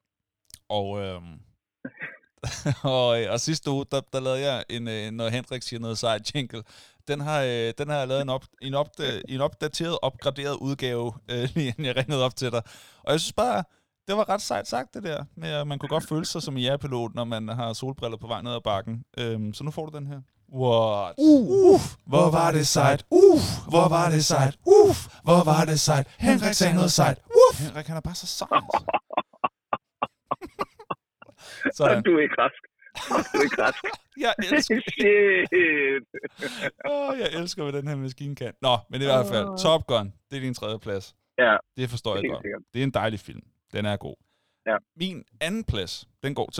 S1: Og sidste uge, der lavede jeg når Henrik siger noget sejt jingle. Den har jeg lavet en opdateret, opgraderet udgave, lige inden jeg ringede op til dig. Og jeg synes bare, det var ret sejt sagt, det der. Med, at man kunne godt føle sig som en jægerpilot, når man har solbriller på vej ned ad bakken. Så nu får du den her. What? Hvor var det sejt? Hvor var det sejt? Hvor var det sejt? Henrik sagde noget sejt. Henrik, han er bare så sej.
S2: Sådan. Du er ikke rask.
S1: Jeg elsker jeg elsker, hvad den her maskine kan. Nå, men i hvert fald, Top Gun, det er din 3. plads.
S2: Ja.
S1: Det forstår jeg godt. Sikkert. Det er en dejlig film. Den er god.
S2: Ja.
S1: Min 2. plads, den går til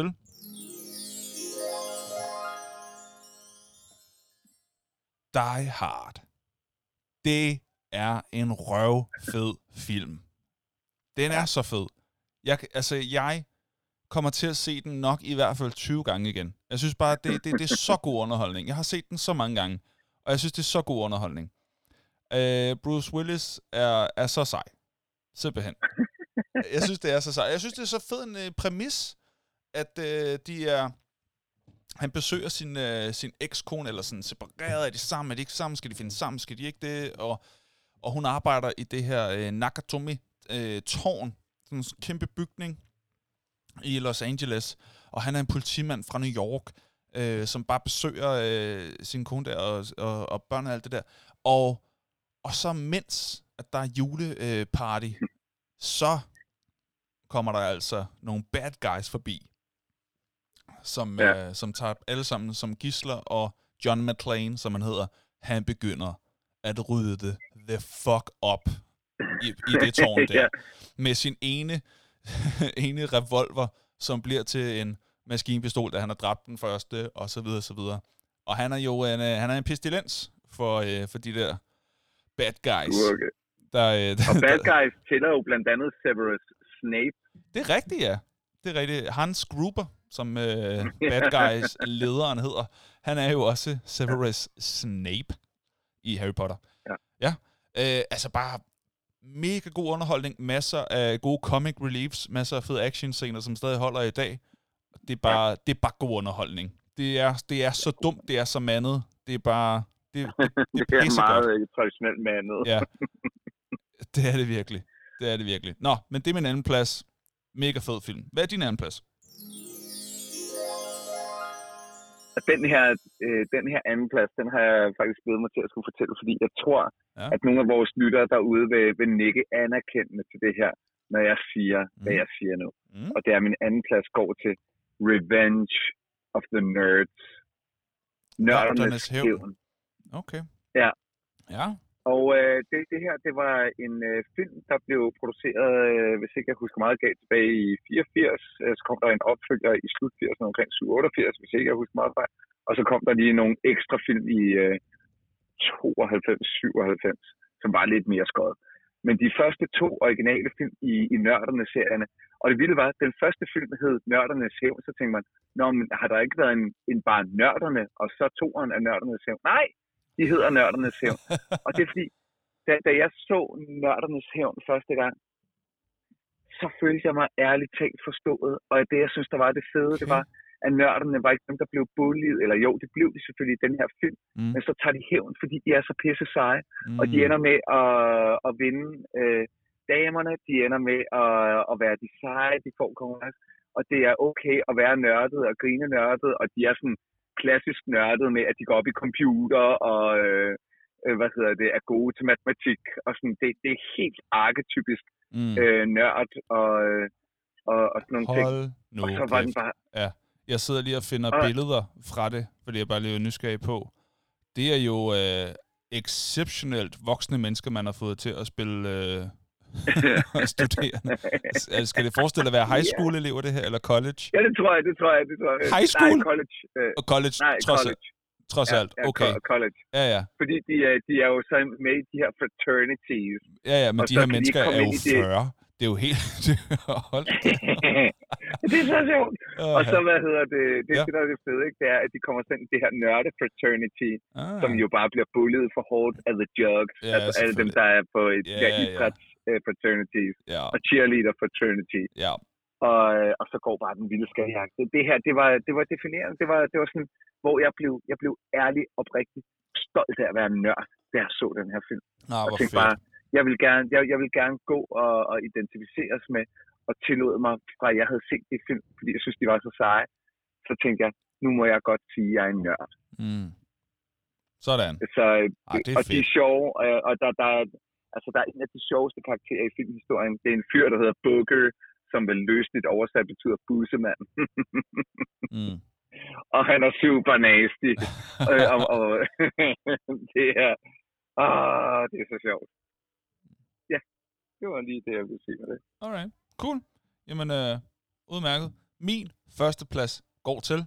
S1: Die Hard. Det er en røvfed film. Den er så fed. Jeg kommer til at se den nok i hvert fald 20 gange igen. Jeg synes bare, det er så god underholdning. Jeg har set den så mange gange, og jeg synes, det er så god underholdning. Bruce Willis er så sej. Simpelthen. Jeg synes, det er så sej. Jeg synes, det er så fed en præmis, at de er Han besøger sin ekskone, eller sådan separeret. Er de sammen? Er de ikke sammen? Skal de finde sammen? Skal de ikke det? Og hun arbejder i det her Nakatomi-tårn. Sådan en kæmpe bygning i Los Angeles. Og han er en politimand fra New York, som bare besøger sin kone der og børn og alt det der. Og så mens at der er juleparty, så kommer der altså nogle bad guys forbi, som tager alle sammen som gidsler, og John McClane, som han hedder, han begynder at rydde det the fuck up i det tårn der. Med sin ene revolver, som bliver til en maskinpistol, da han har dræbt den første, og så videre, så videre. Og han er jo en pestilens for de der bad guys.
S2: Okay. Og bad guys tæller jo blandt andet Severus Snape.
S1: Det er rigtigt, ja. Det er rigtigt. Hans Gruber, som bad guys lederen hedder, han er jo også Severus Snape i Harry Potter. Ja. Altså bare mega god underholdning, masser af gode comic reliefs, masser af fede action-scener, som stadig holder i dag. Det er bare god underholdning. Det er så dumt, det er så mandet. Det er bare... Det er
S2: meget traditionelt mandet.
S1: Ja, det er det virkelig. Det er det virkelig. Nå, men det er min anden plads. Mega fed film. Hvad er din anden plads?
S2: Den her anden plads, den har jeg faktisk glædet mig til at skulle fortælle, fordi jeg tror, at nogle af vores lyttere derude vil nikke anerkendende til det her, når jeg siger, hvad jeg siger nu. Og det er, min anden plads går til Revenge of the Nerds. Nørdernes hævn.
S1: Okay.
S2: Ja.
S1: Ja.
S2: Og det her, det var en film, der blev produceret, hvis ikke jeg husker meget galt, tilbage i 84. Så kom der en opfølger i slut 80'erne, omkring 87, hvis ikke jeg husker meget fejl. Og så kom der lige nogle ekstra film i 92-97, som var lidt mere skåret. Men de første 2 originale film i Nørdernes-serierne, og det vilde var, at den første film hed Nørdernes hævn, så tænkte man, men har der ikke været en bare Nørderne, og så 2'eren af Nørdernes hævn? Nej! De hedder Nørdernes hævn. Og det er fordi, da jeg så Nørdernes hævn første gang, så følte jeg mig ærligt talt forstået. Og det, jeg synes, der var det fede, det var, at nørderne var ikke dem, der blev bullied. Eller jo, det blev de selvfølgelig i den her film. Men så tager de hævn, fordi de er så pisse seje. Og de ender med at vinde damerne. De ender med at være de seje. De får konkurrence. Og det er okay at være nørdet og grine nørdet. Og de er sådan klassisk nørdet med, at de går op i computer og er gode til matematik. Og sådan, det er helt arketypisk nørd og sådan nogle ting.
S1: Og så var den bare... Ja. Jeg sidder lige og finder billeder fra det, fordi jeg bare lige er nysgerrig på. Det er jo exceptionelt voksne mennesker, man har fået til at spille studerende. Skal det forestille at være high school-elever, det her, eller college?
S2: Ja, det tror jeg.
S1: High school?
S2: Nej, college.
S1: College, trods alt. Okay.
S2: College.
S1: Ja.
S2: Fordi de er jo så med i de her fraternities.
S1: Ja, men de her mennesker er jo 40. Det er jo helt... Hold
S2: det er så sjovt. Og så, det der er det fede, ikke? Det er, at de kommer sådan i det her nørde-fraternity, som jo bare bliver bullied for hårdt af the jugs. Ja, altså alle dem, der er på et idræts-fraternities og cheerleader-fraternity. Ja. Og så går bare den vilde skadejagt. Det her, det var definerende. Det var sådan, hvor jeg blev ærlig oprigtig stolt af at være nørd, da jeg så den her film.
S1: Og tænkte bare,
S2: jeg vil gerne gå og identificeres med, og tillod mig, fra jeg havde set det film, fordi jeg synes, de var så seje. Så tænkte jeg, nu må jeg godt sige, at jeg er en nørd.
S1: Sådan.
S2: Så,
S1: det er
S2: og de er sjove, og der er en af de sjoveste karakterer i filmhistorien. Det er en fyr, der hedder Booger, som vel løsligt oversat betyder bussemand. Og han er super nasty. og det er så sjovt. Ja, det var lige det, jeg ville sige med det.
S1: Alright, cool. Jamen, udmærket. Min første plads går til...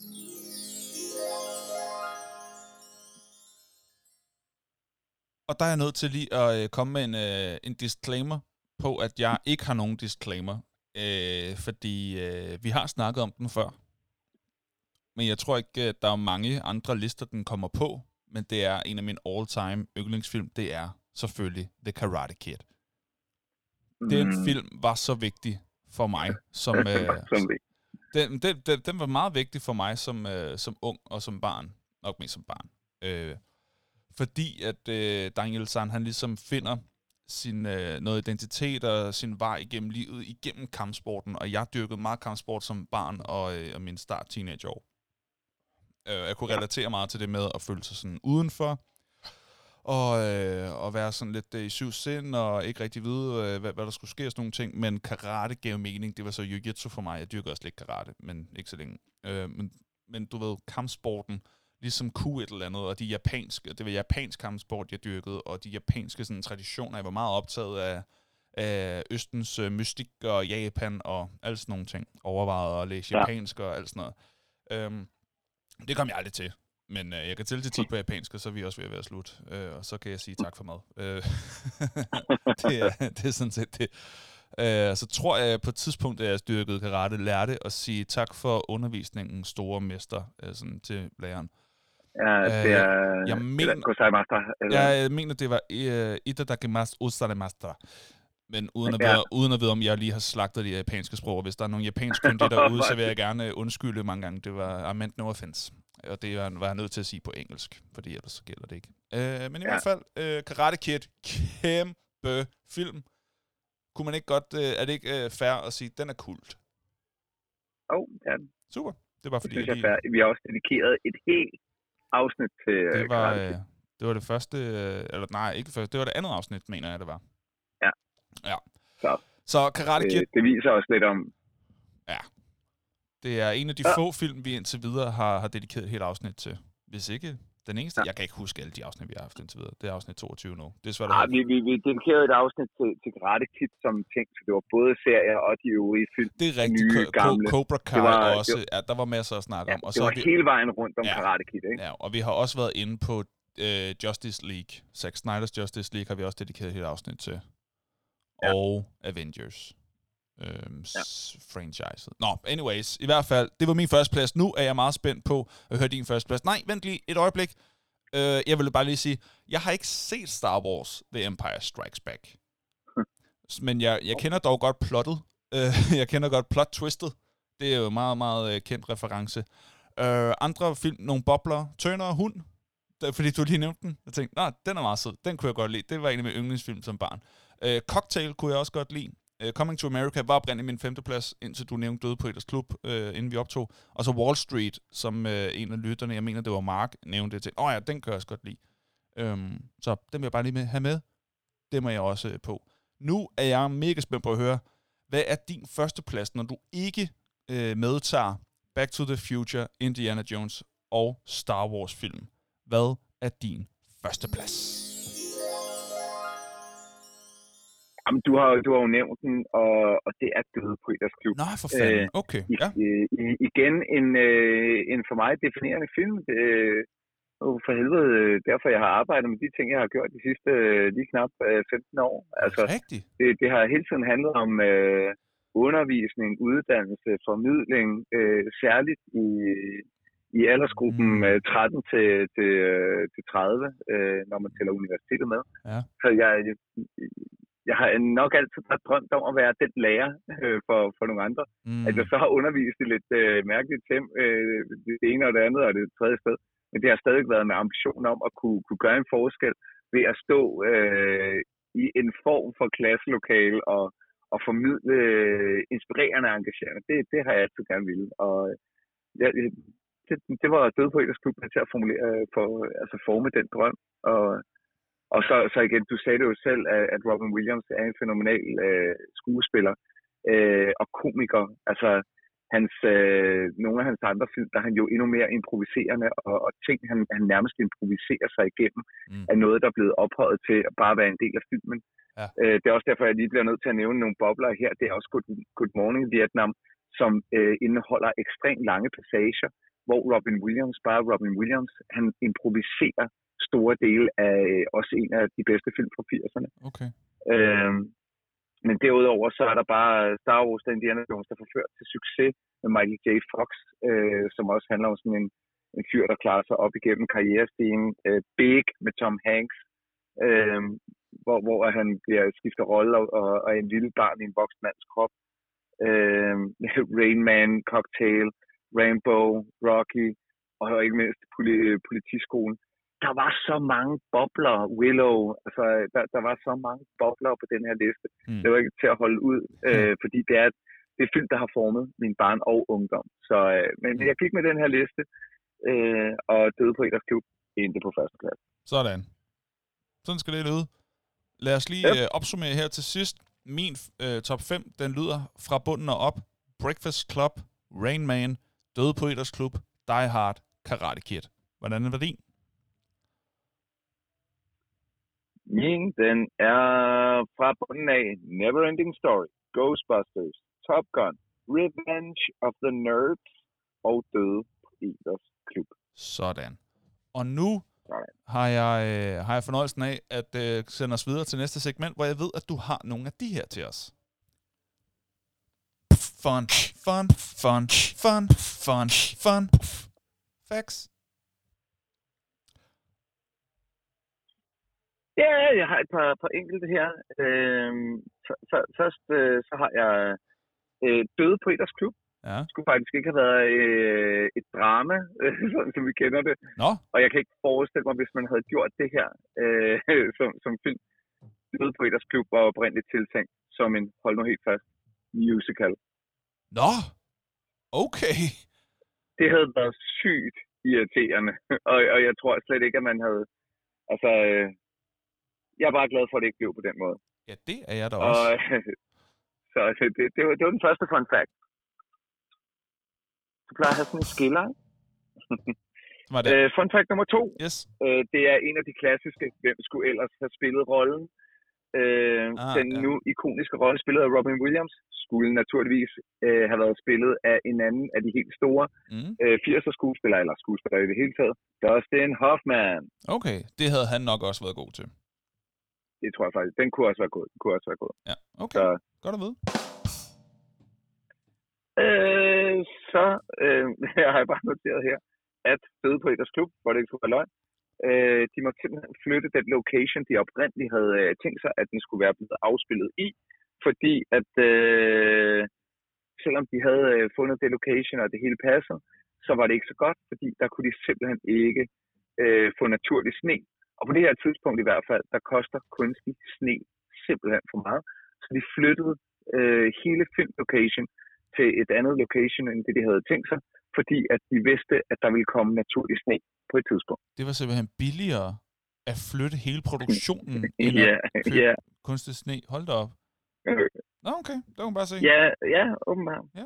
S1: Og der er jeg nødt til lige at komme med en disclaimer på, at jeg ikke har nogen disclaimer. Fordi vi har snakket om den før. Men jeg tror ikke, at der er mange andre lister, den kommer på. Men det er en af mine all-time yndlingsfilm. Det er selvfølgelig The Karate Kid. Den film var så vigtig for mig, Den var meget vigtig for mig som ung og som barn. Nok mest som barn. Fordi at Daniel San, han ligesom finder sin noget identitet og sin vej igennem livet, igennem kampsporten. Og jeg dyrkede meget kampsport som barn og min start teenageår. Jeg kunne relatere meget til det med at føle sig sådan udenfor. Og være sådan lidt i syv sind, og ikke rigtig vide, hvad der skulle ske og sådan nogle ting. Men karate gav mening. Det var så jiu-jitsu for mig. Jeg dyrker også lidt karate, men ikke så længe. Men du ved, kampsporten, ligesom kunne et eller andet, og de japanske, det var japansk kampsport, jeg dyrkede, og de japanske sådan, traditioner, jeg var meget optaget af Østens mystik og Japan og alt sådan nogle ting. Overvejede at læse japansk og alt sådan noget. Det kom jeg aldrig til. Men jeg kan tælle til 10 på japansk, og så er vi også ved at være slut. Og så kan jeg sige tak for mad. Det er sådan set det. Så tror jeg på et tidspunkt, at jeg styrkede karate, lærte at sige tak for undervisningen, store mester, sådan til læreren.
S2: Ja, det er...
S1: Jeg mener, det var Itadakimasu Osarimasta. Men uden at vide, om jeg lige har slagtet de japanske sprog. Hvis der er nogle japanske kyndige derude, så vil jeg gerne undskylde mange gange. Det var I meant no offense. Og det var jeg nødt til at sige på engelsk, fordi ellers så gælder det ikke. Men i hvert fald, Karate Kid, kæmpe film. Kunne man ikke godt, er det ikke fair at sige, den er kult?
S2: Ja.
S1: Super. Det var fordi,
S2: det synes jeg vi har også dedikeret et helt afsnit til Karate Kid.
S1: Det var det første, eller nej, ikke det første, det var det andet afsnit, mener jeg, det var. Ja. Så Karate Kid...
S2: Det viser også lidt om...
S1: Ja. Det er en af de få film, vi indtil videre har dedikeret et helt afsnit til. Hvis ikke den eneste. Jeg kan ikke huske alle de afsnit, vi har haft indtil videre. Det er afsnit 22 nu. Det er svært at
S2: vi dedikerede et afsnit til Karate Kid som ting, så det var både serier og de øvrige film.
S1: Det er rigtigt.
S2: Nye, gamle.
S1: Cobra Kai også. Ja, der var masser at snakke om. Og
S2: det var hele vejen rundt om Karate Kid, ikke?
S1: Ja, og vi har også været inde på Justice League. Zack Snyder's Justice League har vi også dedikeret et helt afsnit til. Og Avengers. Franchiset. Anyways, i hvert fald, det var min første plads. Nu er jeg meget spændt på at høre din første plads. Nej, vent lige et øjeblik. Jeg vil bare lige sige, jeg har ikke set Star Wars The Empire Strikes Back. Men jeg kender dog godt plottet. Jeg kender godt plot-twistet. Det er jo meget, meget kendt reference. Andre film, nogle bobler, Turner og hund. Fordi du lige nævnte den. Jeg tænkte, den er meget sød. Den kunne jeg godt lide. Det var en af mine yndlingsfilm som barn. Cocktail kunne jeg også godt lide. Coming to America var oprindeligt min 5. plads, indtil du nævnte Døde Poeters Klub, inden vi optog. Og så Wall Street, som en af lytterne, jeg mener, det var Mark, nævnte det til. Ja, den kan jeg også godt lide. Så den vil jeg bare lige have med. Det må jeg også på. Nu er jeg mega spændt på at høre, hvad er din første plads, når du ikke medtager Back to the Future, Indiana Jones og Star Wars film? Hvad er din første plads?
S2: Jamen, du har jo nævnt den, og det er Døde Poeters Klub.
S1: Nej, for fanden. Okay, ja.
S2: Igen en for mig definerende film. For helvede, derfor jeg har arbejdet med de ting, jeg har gjort de sidste lige knap 15 år. Altså, det har hele tiden handlet om undervisning, uddannelse, formidling, særligt i aldersgruppen 13 til 30, når man tæller universitetet med. Ja. Så jeg har nok altid drømt om at være den lærer for nogle andre. At jeg så har undervist i lidt mærkeligt tem, det ene og det andet og det tredje sted. Men det har stadig været med ambition om at kunne gøre en forskel ved at stå i en form for klasselokale og formidle inspirerende og engagerende. Det har jeg altid gerne ville. Og det var Døde Poeters Klub til at forme den drøm. Og så igen, du sagde det jo selv, at Robin Williams er en fænomenal skuespiller og komiker. Altså, nogle af hans andre film, der er han jo endnu mere improviserende, og ting, han nærmest improviserer sig igennem, er noget, der er blevet ophøjet til at bare være en del af filmen. Ja. Det er også derfor, jeg lige bliver nødt til at nævne nogle bobler her. Det er også Good Morning Vietnam, som indeholder ekstremt lange passager, hvor Robin Williams, han improviserer store dele af også en af de bedste film fra 80'erne.
S1: Okay.
S2: Men derudover så er der bare Star Wars, der Indiana Jones, der forført til succes med Michael J. Fox, som også handler om sådan en fyr, der klarer sig op igennem karrierestigen. Big med Tom Hanks, hvor han bliver skifter rolle og er en lille barn i en voksen mands krop. Rain Man, Cocktail, Rainbow, Rocky, og ikke mindst politiskolen. Der var så mange bobler, Willow, altså der var så mange bobler på den her liste. Det var ikke til at holde ud, fordi det er film, der har formet min barn og ungdom. Så, men jeg gik med den her liste, og Døde på Eders Klub endte på første plads.
S1: Sådan. Sådan skal det lyde. Lad os lige opsummere her til sidst. Min top 5, den lyder fra bunden og op. Breakfast Club, Rain Man, Døde på Eders Klub, Die Hard, Karate Kid. Hvordan er din?
S2: Min, den er fra bunden af. Neverending Story, Ghostbusters, Top Gun, Revenge of the Nerds og Døde på Eders Klub.
S1: Sådan. Og nu har jeg fornøjelsen af at sende os videre til næste segment, hvor jeg ved, at du har nogle af de her til os. Fun. Facts.
S2: Ja, jeg har et par enkelte her. Først så har jeg Døde på Eders Klub.
S1: Ja.
S2: Det skulle faktisk ikke have været et drama, sådan som vi kender det.
S1: Nå.
S2: Og jeg kan ikke forestille mig, hvis man havde gjort det her som film. Døde på Eders Klub var oprindeligt tiltænkt som en, hold nu helt fast, musical.
S1: Nå, okay.
S2: Det havde været sygt irriterende, og jeg tror slet ikke, at man havde... Altså, jeg er bare glad for, at det ikke blev på den måde.
S1: Ja, det er jeg da også.
S2: Så det var den første fun fact. Du plejer at have sådan en skiller. Fun fact nummer 2.
S1: Yes.
S2: Det er en af de klassiske, hvem skulle ellers have spillet rollen. Den nu ikoniske rolle, spillet af Robin Williams, skulle naturligvis have været spillet af en anden af de helt store 80'er skuespillere, eller skuespillere i det hele taget. Dustin Hoffman.
S1: Okay, det havde han nok også været god til.
S2: Det tror jeg faktisk. Den kunne også være god.
S1: Ja, okay. Så, godt at vide.
S2: Så jeg har jeg bare noteret her, at Døde på Eders Klub, hvor det ikke skulle være løgn, de må simpelthen flytte den location, de oprindeligt havde tænkt sig, at den skulle være blevet afspillet i, fordi at selvom de havde fundet det location, og det hele passede, så var det ikke så godt, fordi der kunne de simpelthen ikke få naturlig sne. Og på det her tidspunkt i hvert fald, der koster kunstig sne simpelthen for meget. Så de flyttede hele filmlocation til et andet location, end det de havde tænkt sig, fordi at de vidste, at der ville komme naturlig sne på et tidspunkt.
S1: Det var simpelthen billigere at flytte hele produktionen end at købe kunstig sne. Hold da op. Nå, okay. Det kan man bare se.
S2: Ja, åbenbart.
S1: Ja.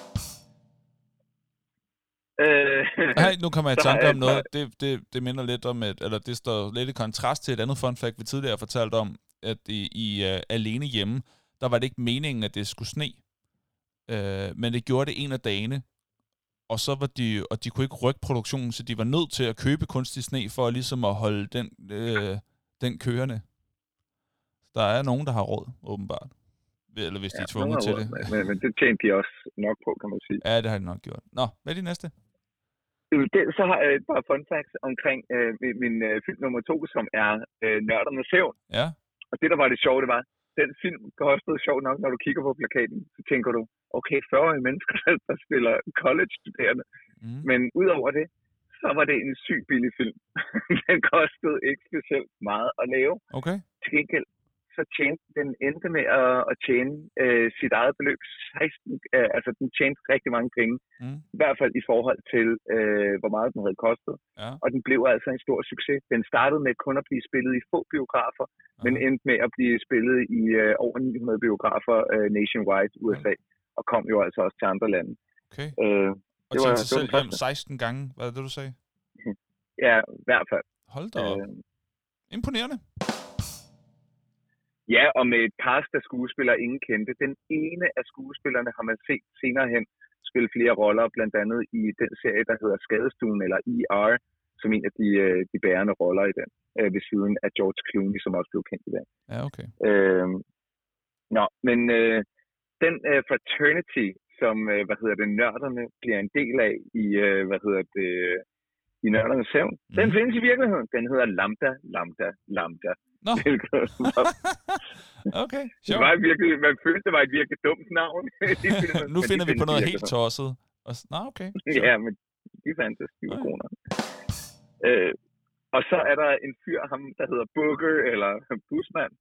S1: Nej, nu kommer jeg i tanke om noget. Det minder lidt om, eller det står lidt i kontrast til et andet fun fact, vi tidligere har fortalt om, at i Alene Hjemme, der var det ikke meningen, at det skulle sne. Men det gjorde det en af dagene, og så var de kunne ikke rykke produktionen, så de var nødt til at købe kunstig sne for ligesom at holde den kørende. Der er nogen, der har råd, åbenbart. Eller hvis de er tvunget til det.
S2: Men det tjente de også nok på, kan man sige.
S1: Ja, det har de nok gjort. Nå, hvad er de næste?
S2: Så har jeg et par fun facts omkring min film nummer 2, som er Nørdernes Hævn.
S1: Ja. Og
S2: det, der var det sjove, det var, den film kostede sjovt nok, når du kigger på plakaten, så tænker du, okay, 40 mennesker, der spiller college-studerende. Men udover det, så var det en sygt billig film. Den kostede ikke specielt meget at lave.
S1: Okay.
S2: Til gengæld, så den endte med at tjene sit eget beløb. 16, altså den tjente rigtig mange penge. I hvert fald i forhold til, hvor meget den havde kostet.
S1: Ja.
S2: Og den blev altså en stor succes. Den startede med kun at blive spillet i få biografer, men endte med at blive spillet i over 900 biografer nationwide i USA. Og kom jo altså også til andre lande.
S1: Okay. Og det var selv hjem 16 gange, hvad er det, du sagde?
S2: Ja, i hvert fald.
S1: Hold da op. Imponerende.
S2: Ja, og med et cast af skuespillere, ingen kendte. Den ene af skuespillerne har man set senere hen spille flere roller, blandt andet i den serie, der hedder Skadestuen, eller ER, som en af de bærende roller i den, ved siden af George Clooney, som også blev kendt i dag.
S1: Ja, okay.
S2: Men den fraternity, som, nørderne bliver en del af i, i Nørdernes Hævn, den findes i virkeligheden. Den hedder Lambda.
S1: Nå. Okay,
S2: Det
S1: sjovt.
S2: var virkelig, man følte, det var et virkelig dumt navn.
S1: Nu finder vi på noget helt
S2: tosset.
S1: tosset. Okay, sjovt.
S2: Ja, men de fandtes, de var gode nok. Og så er der en fyr, ham, der hedder Booger, eller Busman.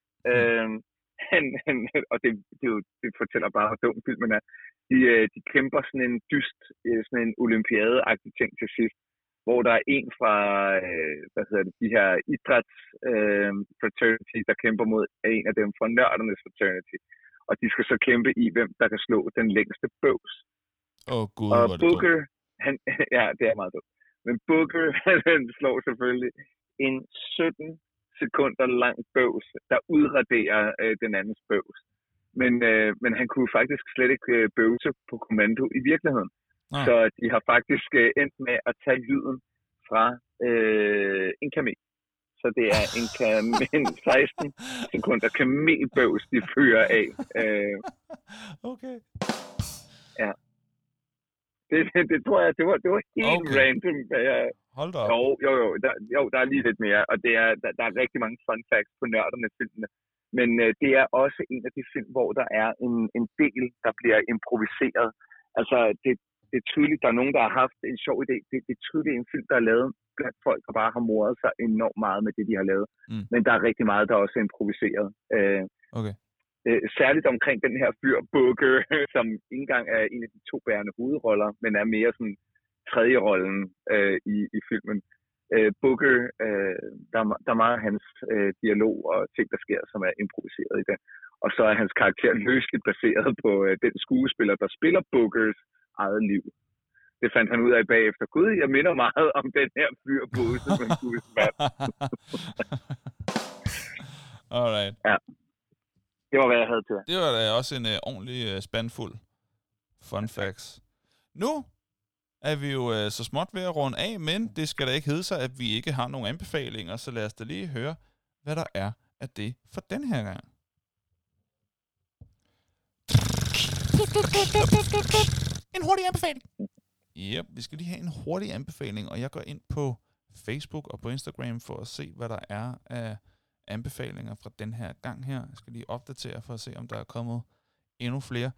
S2: Og det fortæller bare, hvor dum filmen er. De kæmper sådan en dyst, sådan en olympiade-agtig ting til sidst, hvor der er en fra, de her idræts fraternity, der kæmper mod en af dem fra nørdernes fraternity. Og de skal så kæmpe i, hvem der kan slå den længste bøvs.
S1: Gud,
S2: og
S1: hvor er det
S2: Booger, ja, det er meget dumt. Men Booger, han slår selvfølgelig en 17 sekunder lang bøvs, der udraderer den andens bøvs. Men han kunne faktisk slet ikke bøvse på kommando i virkeligheden. Så de har faktisk endt med at tage lyden fra en kamel. Så det er en 16 sekunder kamelbøvs, de fyrer af.
S1: Okay.
S2: Ja. Det tror jeg, det var helt random.
S1: Hold da op.
S2: Jo, der er lige lidt mere, og der er rigtig mange fun facts på nørderne filmene. Men det er også en af de film, hvor der er en del, der bliver improviseret. Altså, det er tydeligt, der er nogen, der har haft en sjov idé. Det er tydeligt en film, der er lavet blandt folk, der bare har moret sig enormt meget med det, de har lavet. Men der er rigtig meget, der også er improviseret.
S1: Okay.
S2: Særligt omkring den her fyr, Booger, som ikke engang er en af de 2 bærende hovedroller, men er mere sådan tredje rollen i filmen. Booger, der er meget af hans dialog og ting, der sker, som er improviseret i den. Og så er hans karakter løsligt baseret på den skuespiller, der spiller Boogers eget liv. Det fandt han ud af bagefter. Gud, jeg minder meget om den her fyr, Bose, men Gudesmand.
S1: Alright.
S2: Ja. Det var, hvad jeg havde til.
S1: Det var da også en ordentlig spandfuld fun facts. Nu er vi jo så småt ved at runde af, men det skal da ikke hedde sig, at vi ikke har nogen anbefalinger, så lad os da lige høre, hvad der er af det for den her gang. En hurtig anbefaling. Ja, vi skal lige have en hurtig anbefaling, og jeg går ind på Facebook og på Instagram for at se, hvad der er af anbefalinger fra den her gang her. Jeg skal lige opdatere for at se, om der er kommet endnu flere.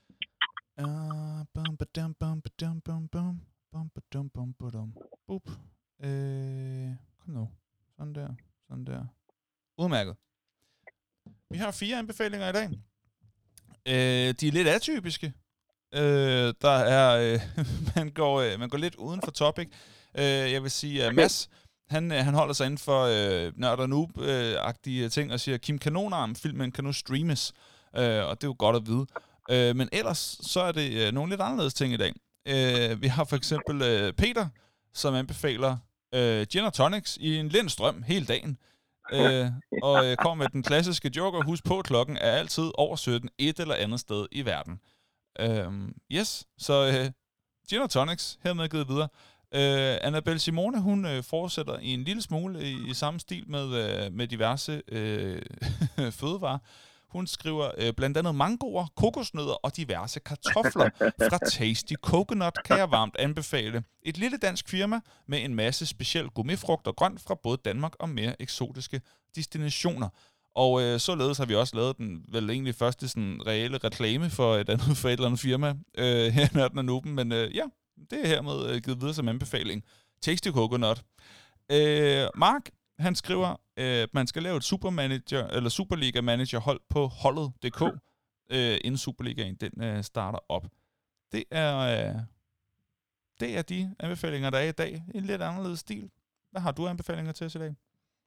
S1: Kom nu. Sådan der. Udmærket. Vi har 4 anbefalinger i dag. De er lidt atypiske. Der er man går lidt uden for topic. Jeg vil sige, at Mads, han holder sig inden for nørd og noob-agtige ting og siger, Kim Kanonarm, filmen kan nu streames. Og det er jo godt at vide. Men ellers så er det nogle lidt anderledes ting i dag. Vi har for eksempel Peter, som anbefaler gin og tonics i en lind strøm hele dagen. Og kommer med den klassiske joker. Husk på, klokken er altid over 17 et eller andet sted i verden. Yes, så gin og tonics hermed givet videre. Annabelle Simone, hun fortsætter i en lille smule i samme stil med diverse fødevarer. Hun skriver blandt andet mangoer, kokosnødder og diverse kartofler fra Tasty Coconut, kan jeg varmt anbefale. Et lille dansk firma med en masse speciel gourmetfrugt og grønt fra både Danmark og mere eksotiske destinationer. Og således har vi også lavet den vel egentlig første sådan reelle reklame for et eller andet firma her i Nørden og Nuben, men ja, det er hermed givet videre som anbefaling. Tasty Coconut. Mark, han skriver, at man skal lave et Superliga-manager-hold på holdet.dk, inden Superligaen den starter op. Det er de anbefalinger, der er i dag. En lidt anderledes stil. Hvad har du anbefalinger til os i dag?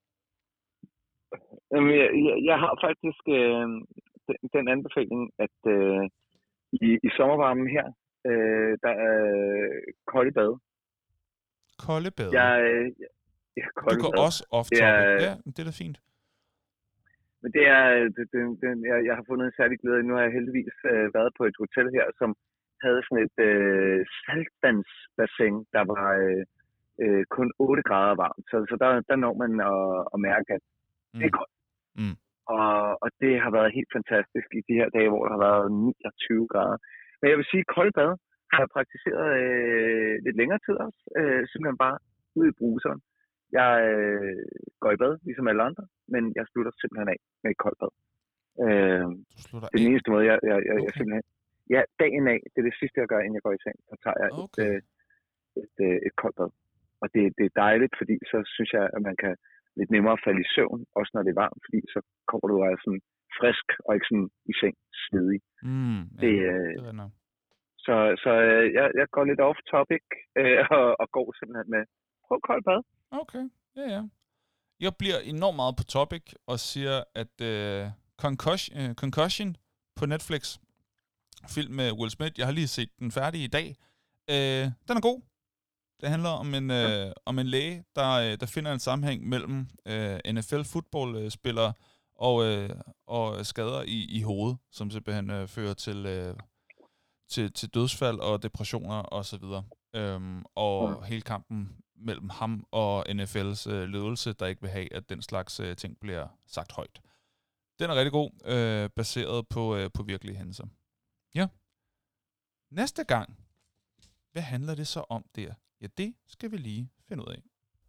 S2: Jeg har faktisk den anbefaling, at i sommervarmen her, der er kolde bad.
S1: Kolde bad?
S2: Du
S1: går også off-topic. Ja, det er da fint.
S2: Men det er, jeg har fundet en særlig glæde. Nu har jeg heldigvis været på et hotel her, som havde sådan et saltvandsbassin, der var kun 8 grader varmt. Så der når man at mærke, at det er koldt. Og det har været helt fantastisk i de her dage, hvor der har været 29 grader. Men jeg vil sige, at koldt bad har jeg praktiseret lidt længere tid også. Simpelthen bare ude i bruseren. Jeg går i bad, ligesom alle andre, men jeg slutter simpelthen af med et koldt bad.
S1: Du slutter
S2: Det er den
S1: af?
S2: eneste måde, jeg
S1: Okay.
S2: simpelthen... Ja, dagen af, det er det sidste, jeg gør, inden jeg går i seng. Så tager jeg
S1: Okay.
S2: et koldt bad. Og det er dejligt, fordi så synes jeg, at man kan lidt nemmere falde i søvn, også når det er varmt, fordi så kommer du altså sådan frisk og ikke sådan i seng svedig.
S1: Ja,
S2: Det,
S1: det er nok.
S2: så jeg går lidt off topic og går simpelthen med prøv koldt bad.
S1: Okay, ja. Jeg bliver enormt meget på topic og siger, at Concussion på Netflix, film med Will Smith, jeg har lige set den færdig i dag, den er god. Det handler om en læge, der finder en sammenhæng mellem NFL-fodboldspillere og skader i hovedet, som simpelthen fører til dødsfald og depressioner osv. Hele kampen mellem ham og NFL's ledelse, der ikke vil have, at den slags ting bliver sagt højt. Den er rigtig god, baseret på virkelige hændelser. Ja. Næste gang, hvad handler det så om der? Ja, det skal vi lige finde ud af.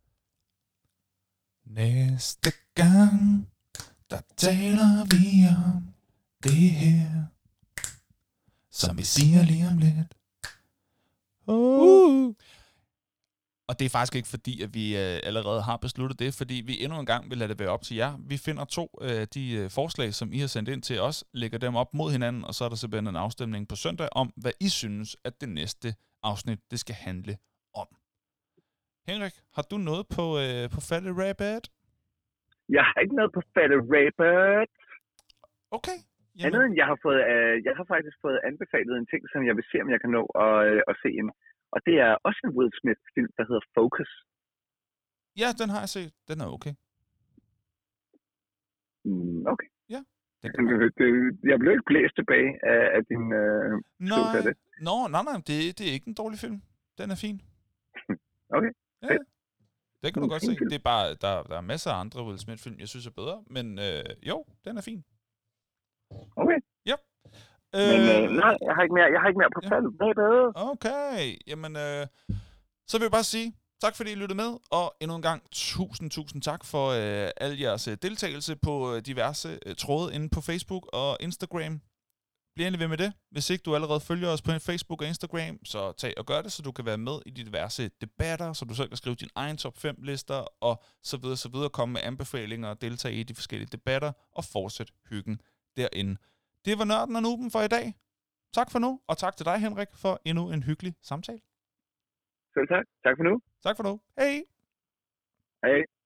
S1: Næste gang, der taler vi om det her, som vi siger lige om lidt. Og det er faktisk ikke fordi, at vi allerede har besluttet det, fordi vi endnu en gang vil lade det være op til jer. Vi finder 2 af de forslag, som I har sendt ind til os, lægger dem op mod hinanden, og så er der simpelthen en afstemning på søndag om, hvad I synes, at det næste afsnit, det skal handle om. Henrik, har du noget på Fatte Rabbit?
S2: Jeg har ikke noget på Fatte Rabbit.
S1: Okay.
S2: Andet end jeg har faktisk fået anbefalet en ting, som jeg vil se, om jeg kan nå at se en. Og det er også en Will Smith-film, der hedder Focus.
S1: Ja, den har jeg set. Den er okay.
S2: Okay.
S1: Ja.
S2: Jeg blev ikke blæst tilbage af din beskrivelse af det.
S1: Nej, det er ikke en dårlig film. Den er fin.
S2: Okay.
S1: Ja. Det kan du godt se. Det er bare, der er masser af andre Will Smith-film, jeg synes er bedre. Men jo, den er fin.
S2: Okay.
S1: Ja.
S2: Men nej, jeg har ikke mere på faldet.
S1: Okay. Jamen, så vil jeg bare sige tak, fordi I lyttede med. Og endnu en gang, tusind tak for al jeres deltagelse på diverse tråde inde på Facebook og Instagram. Bliv endelig ved med det. Hvis ikke du allerede følger os på Facebook og Instagram, så tag og gør det, så du kan være med i de diverse debatter, så du selv kan skrive din egen top 5 lister, og så videre, komme med anbefalinger og deltage i de forskellige debatter, og fortsæt hyggen derinde. Det var Nørden og Nuben for i dag. Tak for nu, og tak til dig, Henrik, for endnu en hyggelig samtale.
S2: Selv tak. Tak for nu.
S1: Tak for nu. Hej.
S2: Hej.